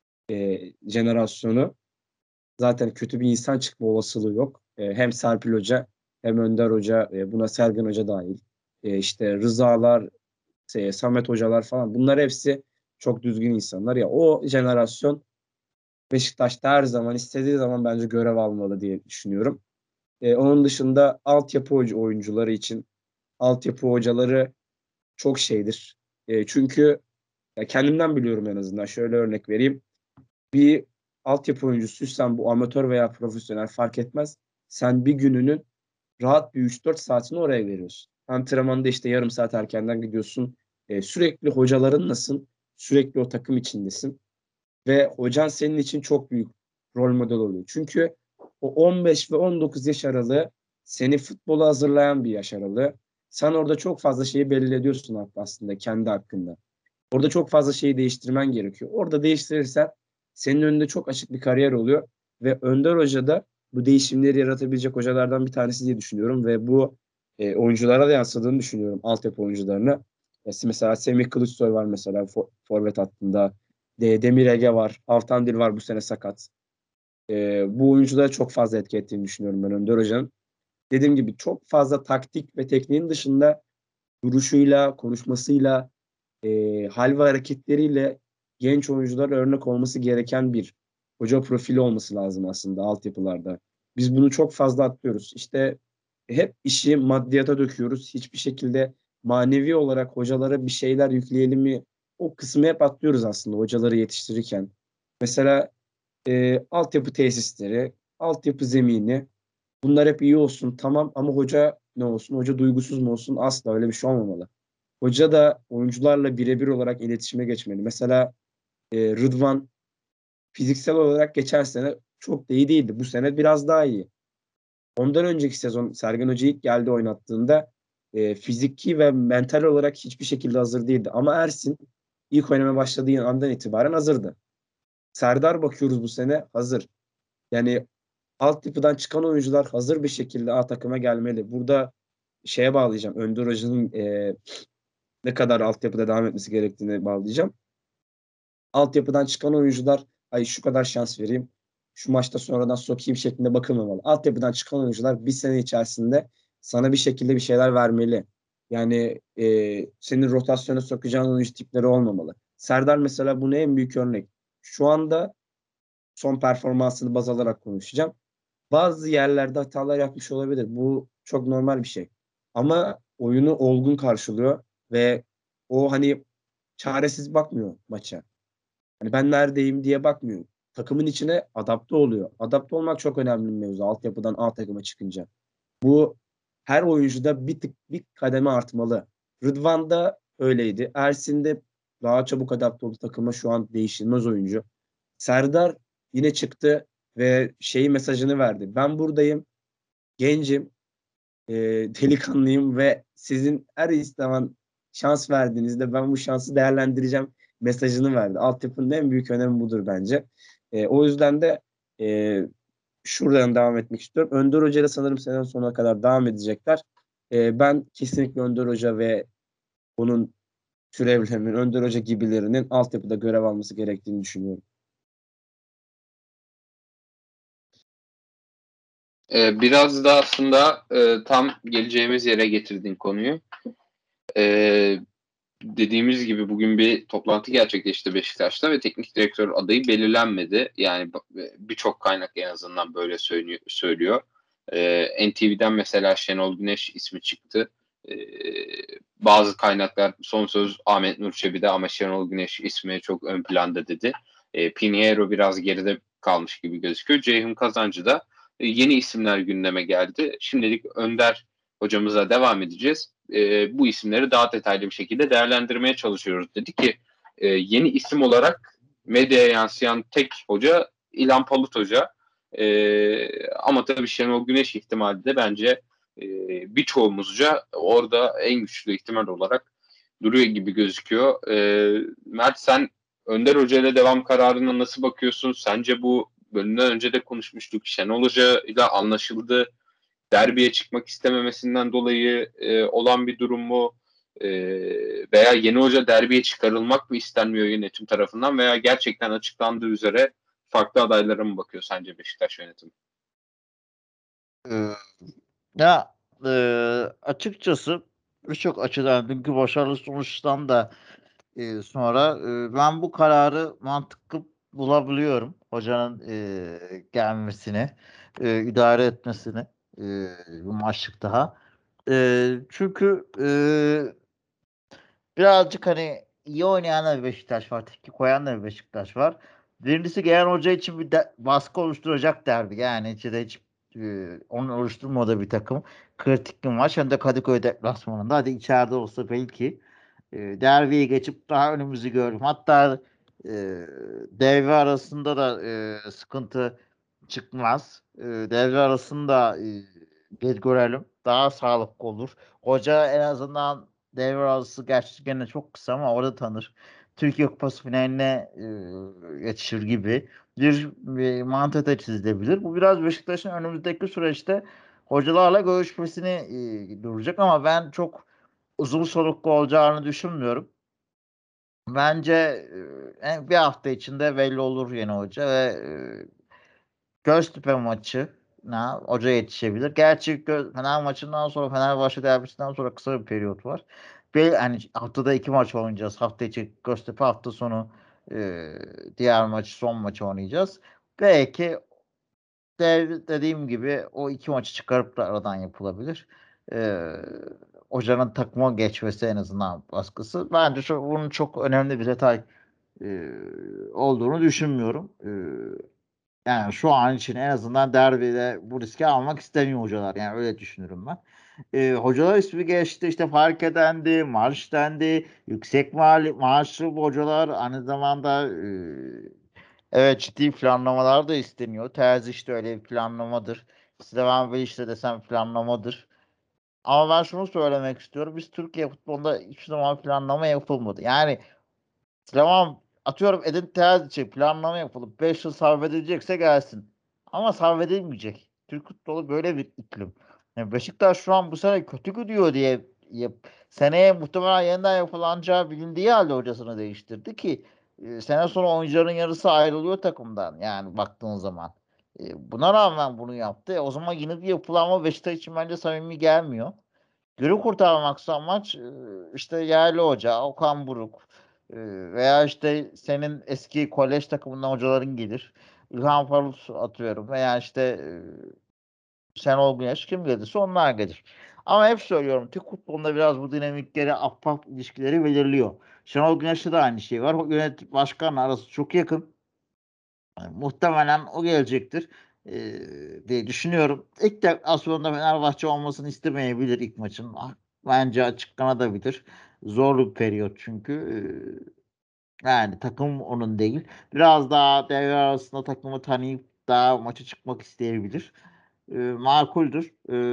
jenerasyonu zaten kötü bir insan çıkma olasılığı yok. Hem Serpil Hoca hem Önder Hoca, buna Sergen Hoca dahil. İşte Rızalar, Samet Hocalar falan, bunlar hepsi çok düzgün insanlar. Ya o jenerasyon Beşiktaş'ta her zaman istediği zaman bence görev almalı diye düşünüyorum. Onun dışında altyapı oyuncuları için altyapı hocaları çok şeydir. Çünkü ya kendimden biliyorum en azından. Şöyle örnek vereyim. Bir altyapı oyuncusuysan, bu amatör veya profesyonel fark etmez. Sen bir gününün rahat bir 3-4 saatini oraya veriyorsun. Antrenmanda işte yarım saat erkenden gidiyorsun. Sürekli hocalarınlasın. Sürekli o takım içindesin. Ve hocan senin için çok büyük rol model oluyor. Çünkü o 15 ve 19 yaş aralığı seni futbola hazırlayan bir yaş aralığı. Sen orada çok fazla şeyi belli ediyorsun aslında kendi hakkında. Orada çok fazla şeyi değiştirmen gerekiyor. Orada değiştirirsen senin önünde çok açık bir kariyer oluyor. Ve Önder Hoca da bu değişimleri yaratabilecek hocalardan bir tanesi diye düşünüyorum. Ve bu oyunculara da yansıdığını düşünüyorum, altyapı oyuncularına. Mesela Semih Kılıçsoy var mesela forvet hattında. Demir Ege var. Altan var, bu sene sakat. Bu oyunculara çok fazla etki ettiğini düşünüyorum ben Önder Hoca'nın. Dediğim gibi çok fazla taktik ve tekniğin dışında duruşuyla, konuşmasıyla, hal ve hareketleriyle genç oyunculara örnek olması gereken bir hoca profili olması lazım aslında altyapılarda. Biz bunu çok fazla atlıyoruz. İşte hep işi maddiyata döküyoruz. Hiçbir şekilde manevi olarak hocalara bir şeyler yükleyelim mi? O kısmı hep atlıyoruz aslında hocaları yetiştirirken. Mesela altyapı tesisleri, altyapı zemini, bunlar hep iyi olsun tamam, ama hoca ne olsun? Hoca duygusuz mu olsun? Asla öyle bir şey olmamalı. Hoca da oyuncularla birebir olarak iletişime geçmeli. Mesela Rıdvan fiziksel olarak geçen sene çok da iyi değildi. Bu sene biraz daha iyi. Ondan önceki sezon Sergen Hoca ilk geldi oynattığında fiziki ve mental olarak hiçbir şekilde hazır değildi. Ama Ersin ilk oynamaya başladığı andan itibaren hazırdı. Serdar bakıyoruz bu sene hazır. Yani altyapıdan çıkan oyuncular hazır bir şekilde A takıma gelmeli. Burada şeye bağlayacağım. Önder Hoca'nın ne kadar altyapıda devam etmesi gerektiğini bağlayacağım. Altyapıdan çıkan oyuncular, ay şu kadar şans vereyim, şu maçta sonradan sokayım şeklinde bakılmamalı. Altyapıdan çıkan oyuncular bir sene içerisinde sana bir şekilde bir şeyler vermeli. Yani senin rotasyona sokacağın oyuncu tipleri olmamalı. Serdar mesela buna en büyük örnek. Şu anda son performansını baz alarak konuşacağım. Bazı yerlerde hatalar yapmış olabilir. Bu çok normal bir şey. Ama oyunu olgun karşılıyor ve o hani çaresiz bakmıyor maça. Hani ben neredeyim diye bakmıyor. Takımın içine adapte oluyor. Adapte olmak çok önemli bir mevzu altyapıdan A takıma çıkınca. Bu her oyuncuda bir tık bir kademe artmalı. Rıdvan da öyleydi. Ersin de daha çabuk adapte oldu takıma, şu an değişilmez oyuncu. Serdar yine çıktı ve şeyi mesajını verdi. Ben buradayım, gencim, delikanlıyım ve sizin her zaman şans verdiğinizde ben bu şansı değerlendireceğim mesajını verdi. Altyapının en büyük önemi budur bence. O yüzden de e, şuradan devam etmek istiyorum. Önder Hoca ile sanırım sene sonuna kadar devam edecekler. Ben kesinlikle Önder Hoca ve onun türevlerinin, Önder Hoca gibilerinin altyapıda görev alması gerektiğini düşünüyorum. Biraz da aslında tam geleceğimiz yere getirdin konuyu. Dediğimiz gibi bugün bir toplantı gerçekleşti Beşiktaş'ta ve teknik direktör adayı belirlenmedi. Yani birçok kaynak en azından böyle söylüyor. NTV'den mesela Şenol Güneş ismi çıktı. Bazı kaynaklar son söz Ahmet Nur Çebi'de ama Şenol Güneş ismi çok ön planda dedi. Pinheiro biraz geride kalmış gibi gözüküyor. Ceyhun Kazancı da yeni isimler gündeme geldi. Şimdilik Önder hocamıza devam edeceğiz. Bu isimleri daha detaylı bir şekilde değerlendirmeye çalışıyoruz. Dedi ki yeni isim olarak medyaya yansıyan tek hoca İlhan Palut Hoca. Ama tabii Şenol Güneş ihtimali de bence birçoğumuzca orada en güçlü ihtimal olarak duruyor gibi gözüküyor. Mert, sen Önder Hoca ile devam kararına nasıl bakıyorsun? Sence bu bölümden önce de konuşmuştuk. Şenol Hoca ile anlaşıldı. Derbiye çıkmak istememesinden dolayı olan bir durum mu? Veya yeni hoca derbiye çıkarılmak mı istenmiyor yönetim tarafından veya gerçekten açıklandığı üzere farklı adaylara mı bakıyor sence Beşiktaş yönetimi? Ee, Ya açıkçası birçok açıdan dünkü başarılı sonuçtan da sonra ben bu kararı mantıklı bulabiliyorum. Hocanın gelmesini, idare etmesini bu maçlık daha. Çünkü birazcık hani iyi oynayan da bir Beşiktaş var. Tepki koyan da bir Beşiktaş var. Birincisi gelen hoca için bir baskı oluşturacak derbi. Yani hiç onun oluşturmadığı bir takım. Kritik bir maç. Hem de Kadıköy deplasmanında. Hadi içeride olsa belki derbiyi geçip daha önümüzü görürüm. Hatta e, devre arasında da sıkıntı çıkmaz. Devre arasında görelim. Daha sağlıklı olur. Hoca en azından devre arası gerçi gene çok kısa ama orada tanır. Türkiye Kupası finaline yetişir gibi bir mantık da çizilebilir. Bu biraz Beşiktaş'ın önümüzdeki süreçte hocalarla görüşmesini duracak ama ben çok uzun soluklu olacağını düşünmüyorum. Bence bir hafta içinde belli olur yeni hoca ve Göztepe maçı hoca yetişebilir. Gerçi Fener maçından sonra Fenerbahçe derbisinden sonra kısa bir periyot var. Hani haftada 2 maç oynayacağız. Hafta içi Göztepe, hafta sonu diğer maçı, son maçı oynayacağız. Belki dediğim gibi o 2 maçı çıkarıp da aradan yapılabilir. Hocanın takıma geçmesi en azından baskısı. Bence bunun çok önemli bir detay olduğunu düşünmüyorum. Yani şu an için en azından derbide bu riski almak istemiyor hocalar. Yani öyle düşünürüm ben. Hocalar ismi geçti, işte fark edendi, marş dendi, yüksek maaşlı hocalar aynı zamanda evet, ciddi planlamalar da isteniyor. Terzi işte öyle bir planlamadır. Stevan işte desem planlamadır. Ama ben şunu söylemek istiyorum. Biz Türkiye futbolunda hiçbir zaman planlama yapılmadı. Yani tamam, atıyorum Edin Terzic planlama yapılıp 5 yıl sarf gelsin. Ama sarf Türk futbolu böyle bir iklim. Yani Beşiktaş şu an bu sene kötü gidiyor diye seneye muhtemelen yeniden yapılacağı bilindiği halde hocasını değiştirdi ki sene sonu oyuncuların yarısı ayrılıyor takımdan yani baktığın zaman. Buna rağmen bunu yaptı. O zaman yeni bir yapılanma Beşiktaş için bence samimi gelmiyor. Günü kurtarmaksa amaç işte yerli hoca, Okan Buruk veya işte senin eski kolej takımından hocaların gelir. İlhan Palut atıyorum veya işte Şenol Güneş kim gelirse onlar gelir. Ama hep söylüyorum Türk futbolunda biraz bu dinamikleri, ahbap ilişkileri belirliyor. Şenol Güneş'te de aynı şey var. O başkan arası çok yakın. Yani muhtemelen o gelecektir diye düşünüyorum. İlk deplasmanda Fenerbahçe olmasını istemeyebilir ilk maçın. Bence açıklanabilir. Zor bir periyot çünkü. Yani takım onun değil. Biraz daha devre arasında takımı tanıyıp daha maça çıkmak isteyebilir. Makuldür.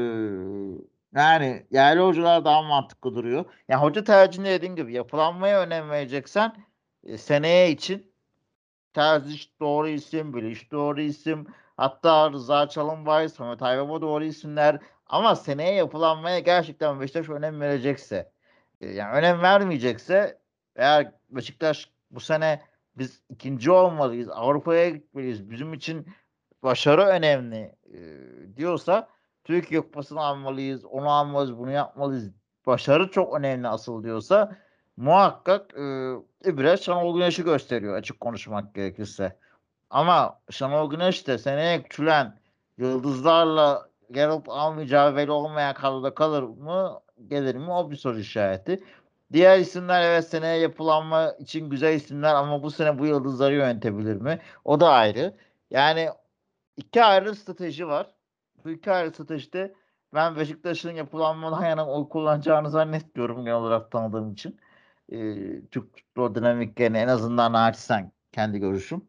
Yani yerli hocalar daha mantıklı duruyor. Yani hoca tercihinde dediğim gibi yapılanmaya önem vereceksen seneye için Terzic doğru isim, Bilic doğru isim. Hatta Rıza Çalınbay, Samet Aybaba doğru isimler. Ama seneye yapılanmaya gerçekten Beşiktaş önem verecekse, yani önem vermeyecekse, eğer Beşiktaş bu sene biz ikinci olmalıyız, Avrupa'ya gitmeliyiz, bizim için başarı önemli diyorsa Türkiye Kupası'nı almalıyız, onu almalıyız, bunu yapmalıyız. Başarı çok önemli asıl diyorsa muhakkak biraz Şenol Güneş'i gösteriyor açık konuşmak gerekirse. Ama Şenol Güneş de seneye küçülen yıldızlarla yer alıp almayacağı belli olmayan kadroda kalır mı gelir mi o bir soru işareti. Diğer isimler evet seneye yapılanma için güzel isimler ama bu sene bu yıldızları yönetebilir mi? O da ayrı. Yani iki ayrı strateji var. Bu iki ayrı stratejide ben Beşiktaş'ın yapılanmadan yana oy kullanacağını zannetmiyorum genel olarak tanıdığım için. Türk futbol dinamiklerini en azından naçizsen kendi görüşüm.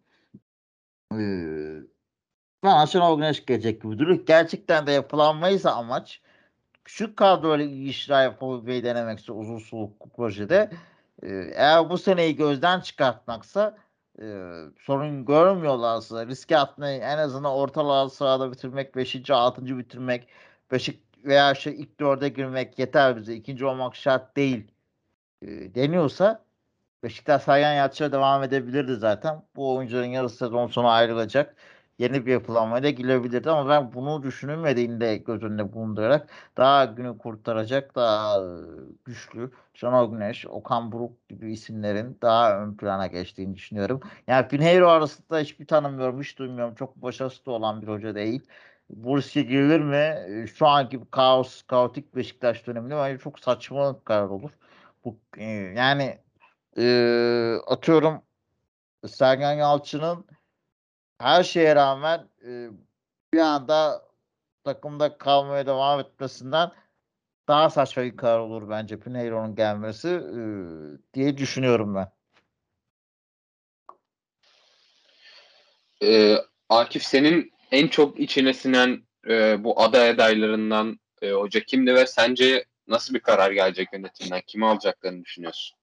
Bana Şenol Güneş gelecek gibi duruyor. Gerçekten de yapılanmaysa amaç küçük kadroyla iyi işler yapabilmeyi denemekse uzun soluklu projede eğer bu seneyi gözden çıkartmaksa sorun görmüyorlarsa riske atmayı en azından ortalar sırada bitirmek, 5. 6. bitirmek, veya ilk 4'e girmek yeter bize. İkinci olmak şart değil deniyorsa Beşiktaş Sergen Yalçın'a devam edebilirdi zaten. Bu oyuncuların yarısı sezon sonu ayrılacak. Yeni bir yapılanmaya da girebilirdi ama ben bunu düşünülmediğinde göz önünde bulundurarak daha günü kurtaracak, daha güçlü Şenol Güneş, Okan Buruk gibi isimlerin daha ön plana geçtiğini düşünüyorum. Yani Pinheiro arasında hiçbir tanımıyorum, hiç duymuyorum. Çok başarısı da olan bir hoca değil. Bu riske girilir mi? Şu anki kaotik Beşiktaş döneminde bence çok saçma bir karar olur. Yani atıyorum Sergen Yalçın'ın her şeye rağmen bir anda takımda kalmaya devam etmesinden daha saçma bir karar olur bence Pinheiro'nun gelmesi diye düşünüyorum ben. Akif, senin en çok içine sinen bu aday adaylarından hoca kimdi ve sence nasıl bir karar gelecek yönetimden? Kimi alacaklarını düşünüyorsun?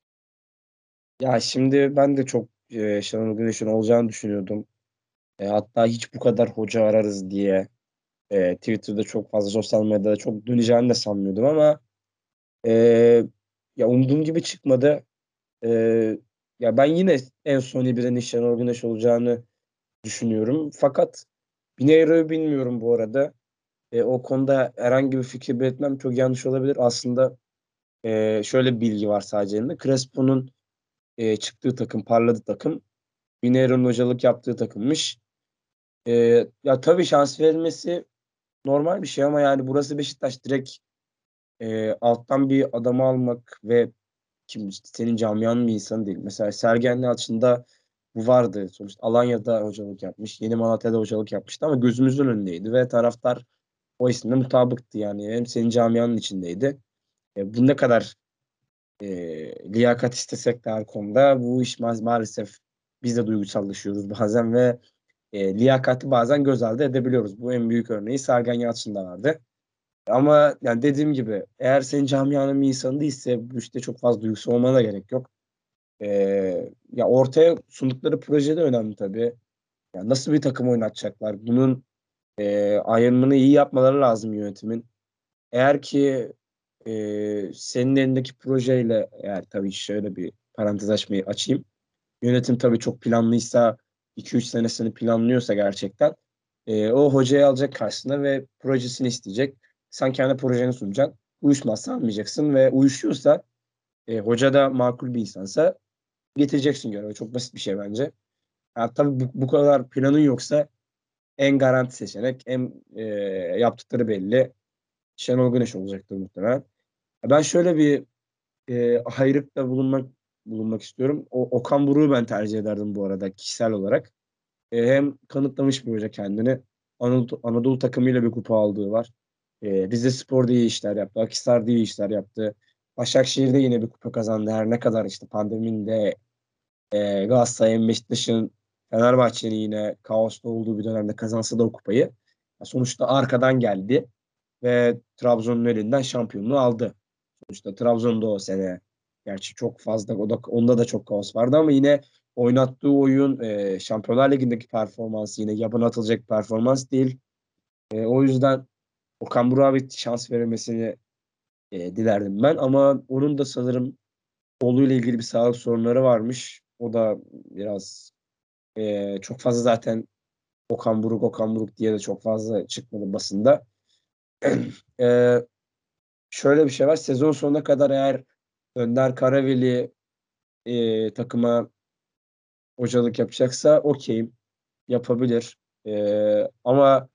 Ya şimdi ben de çok Şenol Güneş'in olacağını düşünüyordum. Hatta hiç bu kadar hoca ararız diye Twitter'da çok fazla, sosyal medyada çok döneceğini de sanmıyordum ama e, ya umduğum gibi çıkmadı. E, Ya ben yine en son birinin Şenol Güneş olacağını düşünüyorum. Fakat Pinheiro'yu bilmiyorum bu arada. O konuda herhangi bir fikir belirtmem çok yanlış olabilir. Aslında şöyle bir bilgi var sadece elimde. Crespo'nun çıktığı takım, parladığı takım Pinheiro'nun hocalık yaptığı takımmış. E, Ya tabii şans verilmesi normal bir şey ama yani burası Beşiktaş, direkt alttan bir adamı almak ve kim işte senin camianın bir insanı değil. Mesela Sergen Yalçın'da bu vardı. Sonuçta Alanya'da hocalık yapmış. Yeni Malatya'da hocalık yapmıştı ama gözümüzün önündeydi ve taraftar o isimle mutabıktı yani. Hem senin camianın içindeydi. Bu ne kadar liyakat istesek de her konuda bu iş maalesef biz de duygusallaşıyoruz bazen ve liyakati bazen göz ardı edebiliyoruz. Bu en büyük örneği Sergen Yalçın'da vardı. Ama yani dediğim gibi eğer senin camianın bir insanı değilse bu işte çok fazla duygusu olmana da gerek yok. Ya ortaya sundukları proje de önemli tabii. Ya nasıl bir takım oynatacaklar? Bunun ayrımını iyi yapmaları lazım yönetimin. Eğer ki senin elindeki projeyle, eğer tabii şöyle bir parantez açayım. Yönetim tabii çok planlıysa, 2-3 senesini planlıyorsa gerçekten o hocayı alacak karşısına ve projesini isteyecek. Sen kendi projeni sunacaksın. Uyuşmazsa almayacaksın ve uyuşuyorsa hoca da makul bir insansa getireceksin göreve. Çok basit bir şey bence. Yani tabii bu kadar planın yoksa en garanti seçenek, en yaptıkları belli, Şenol Güneş olacaktır muhtemelen. Ben şöyle bir ayrıkta bulunmak istiyorum. Okan Buruk'u ben tercih ederdim bu arada kişisel olarak. Hem kanıtlamış bir hoca kendini. Anadolu takımıyla bir kupa aldığı var. Rizespor'da iyi işler yaptı. Akhisar'da iyi işler yaptı. Başakşehir'de yine bir kupa kazandı. Her ne kadar işte pandeminde Galatasaray'ın, Beşiktaş'ın, Fenerbahçe'nin yine kaosta olduğu bir dönemde kazansa da o kupayı. Sonuçta arkadan geldi ve Trabzon'un elinden şampiyonluğu aldı. Sonuçta Trabzon'da o sene gerçi çok fazla onda da çok kaos vardı ama yine oynattığı oyun, Şampiyonlar Ligi'ndeki performansı yine yabana atılacak performans değil. O yüzden Okan Buruk'a bir şans verilmesini dilerdim ben ama onun da sanırım koluyla ilgili bir sağlık sorunları varmış. O da biraz çok fazla zaten Okan Buruk diye de çok fazla çıkmadı basında. E, Şöyle bir şey var. Sezon sonuna kadar eğer Önder Karaveli takıma hocalık yapacaksa okeyim. Yapabilir. Ama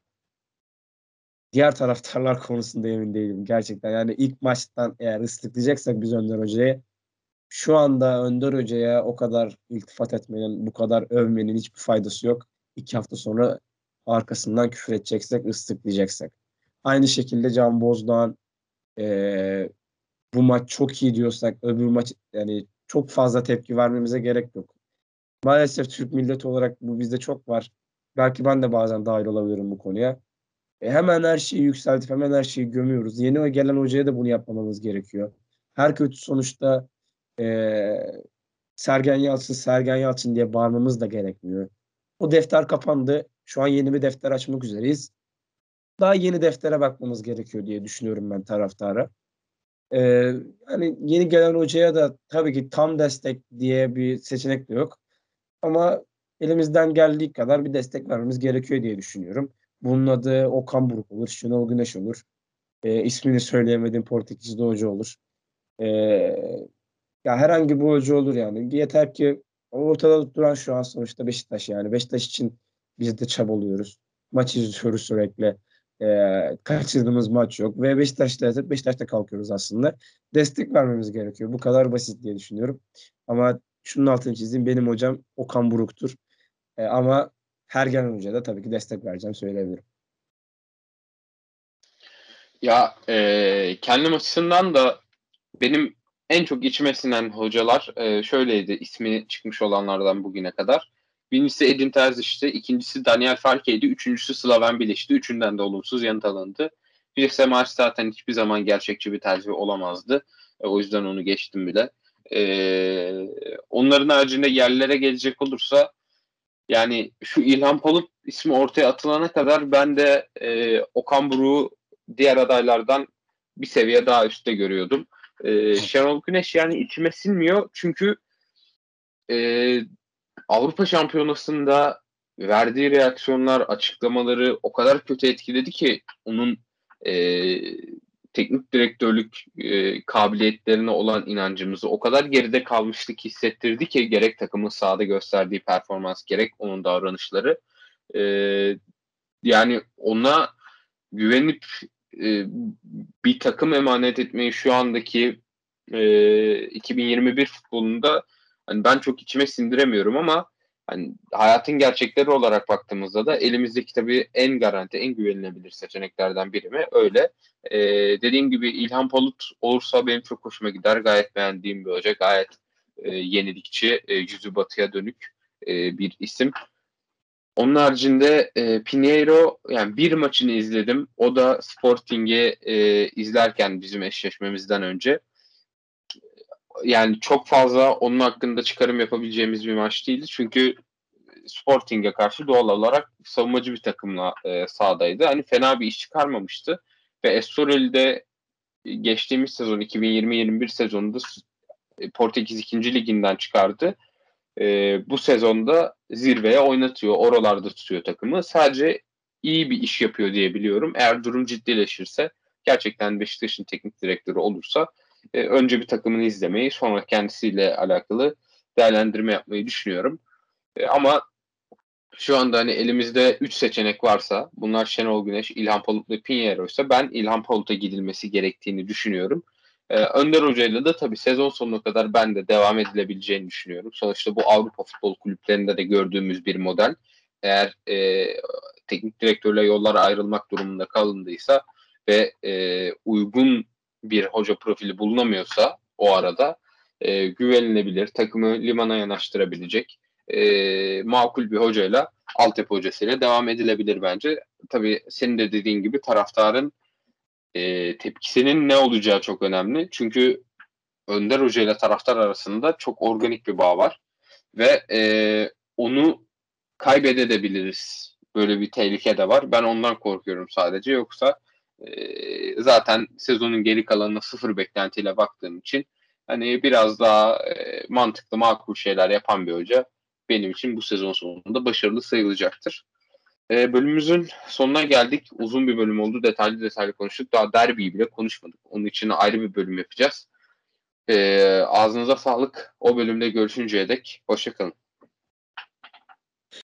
diğer taraftarlar konusunda emin değilim gerçekten. Yani ilk maçtan eğer ıslıklayacaksak biz Önder Hoca'yı, şu anda Önder Hoca'ya o kadar iltifat etmenin, bu kadar övmenin hiçbir faydası yok. 2 hafta sonra arkasından küfür edeceksek, ıslıklayacaksak. Aynı şekilde Can Bozdoğan, e, bu maç çok iyi diyorsak öbür maç yani çok fazla tepki vermemize gerek yok. Maalesef Türk milleti olarak bu bizde çok var. Belki ben de bazen dahil olabilirim bu konuya. Hemen her şeyi yükseltip hemen her şeyi gömüyoruz. Yeni gelen hocaya da bunu yapmamamız gerekiyor. Her kötü sonuçta e, Sergen Yalçın diye bağırmamız da gerekmiyor. O defter kapandı. Şu an yeni bir defter açmak üzereyiz. Daha yeni deftere bakmamız gerekiyor diye düşünüyorum ben taraftara. Ee, Hani yeni gelen hocaya da tabii ki tam destek diye bir seçenek de yok. Ama elimizden geldiği kadar bir destek vermemiz gerekiyor diye düşünüyorum. Bunun adı Okan Buruk olur, Şenol Güneş olur. İsmini söyleyemediğim Portekizli hoca olur. Ee, Ya herhangi bir hoca olur yani. Yeter ki ortada duran şu an sonuçta Beşiktaş yani. Beşiktaş için biz de çabalıyoruz. Maç izliyoruz sürekli. Kaçırdığımız maç yok. Ve Beşiktaş'ta kalkıyoruz aslında. Destek vermemiz gerekiyor. Bu kadar basit diye düşünüyorum. Ama şunun altını çizeyim. Benim hocam Okan Buruk'tur. Ama her gelen hocaya da tabii ki destek vereceğim söyleyebilirim. Ya kendim açısından da benim en çok içime sinen hocalar şöyleydi, ismi çıkmış olanlardan bugüne kadar. Birincisi Edin Terzic'ti, ikincisi Daniel Farke'ydi, üçüncüsü Slaven Bilic'ti. Üçünden de olumsuz yanıt alındı. Bir Semaç zaten hiçbir zaman gerçekçi bir tercih olamazdı. O yüzden onu geçtim bile. Onların haricinde yerlere gelecek olursa yani şu İlhan Palut ismi ortaya atılana kadar ben de Okan Buruk'u diğer adaylardan bir seviye daha üstte görüyordum. Şenol Güneş yani içime sinmiyor çünkü e, Avrupa Şampiyonası'nda verdiği reaksiyonlar, açıklamaları o kadar kötü etkiledi ki onun e, teknik direktörlük kabiliyetlerine olan inancımızı o kadar geride kalmıştı ki hissettirdi ki gerek takımın sahada gösterdiği performans gerek onun davranışları. E, Yani ona güvenip bir takım emanet etmeyi şu andaki 2021 futbolunda hani ben çok içime sindiremiyorum ama hani hayatın gerçekleri olarak baktığımızda da elimizdeki tabii en garanti, en güvenilebilir seçeneklerden biri mi? Öyle. Dediğim gibi İlhan Palut olursa benim çok hoşuma gider. Gayet beğendiğim bir hoca. Gayet yenilikçi, yüzü batıya dönük bir isim. Onun haricinde Pinheiro yani bir maçını izledim. O da Sporting'i izlerken bizim eşleşmemizden önce. Yani çok fazla onun hakkında çıkarım yapabileceğimiz bir maç değildi. Çünkü Sporting'e karşı doğal olarak savunmacı bir takımla sahadaydı. Hani fena bir iş çıkarmamıştı. Ve Estoril'de geçtiğimiz sezon 2020-21 sezonunda Portekiz 2. Liginden çıkardı. Bu sezonda zirveye oynatıyor. Oralarda tutuyor takımı. Sadece iyi bir iş yapıyor diye biliyorum. Eğer durum ciddileşirse gerçekten Beşiktaş'ın teknik direktörü olursa önce bir takımını izlemeyi sonra kendisiyle alakalı değerlendirme yapmayı düşünüyorum. Ama şu anda hani elimizde 3 seçenek varsa bunlar Şenol Güneş, İlhan Palut ve Pinheiro ise ben İlhan Palut'a gidilmesi gerektiğini düşünüyorum. Önder Hoca'yla da tabii sezon sonuna kadar ben de devam edilebileceğini düşünüyorum. Sonuçta bu Avrupa futbol kulüplerinde de gördüğümüz bir model. Eğer teknik direktörle yollar ayrılmak durumunda kalındıysa ve uygun bir hoca profili bulunamıyorsa o arada güvenilebilir, takımı limana yanaştırabilecek makul bir hocayla, altyapı hocasıyla devam edilebilir bence. Tabii senin de dediğin gibi taraftarın tepkisinin ne olacağı çok önemli. Çünkü Önder Hoca ile taraftar arasında çok organik bir bağ var. Ve onu kaybedebiliriz. Böyle bir tehlike de var. Ben ondan korkuyorum sadece. Yoksa zaten sezonun geri kalanına sıfır beklentiyle baktığım için hani biraz daha mantıklı, makul şeyler yapan bir hoca benim için bu sezon sonunda başarılı sayılacaktır. Bölümümüzün sonuna geldik. Uzun bir bölüm oldu. Detaylı detaylı konuştuk. Daha derbiyi bile konuşmadık. Onun için ayrı bir bölüm yapacağız. Ağzınıza sağlık. O bölümde görüşünceye dek hoşça kalın.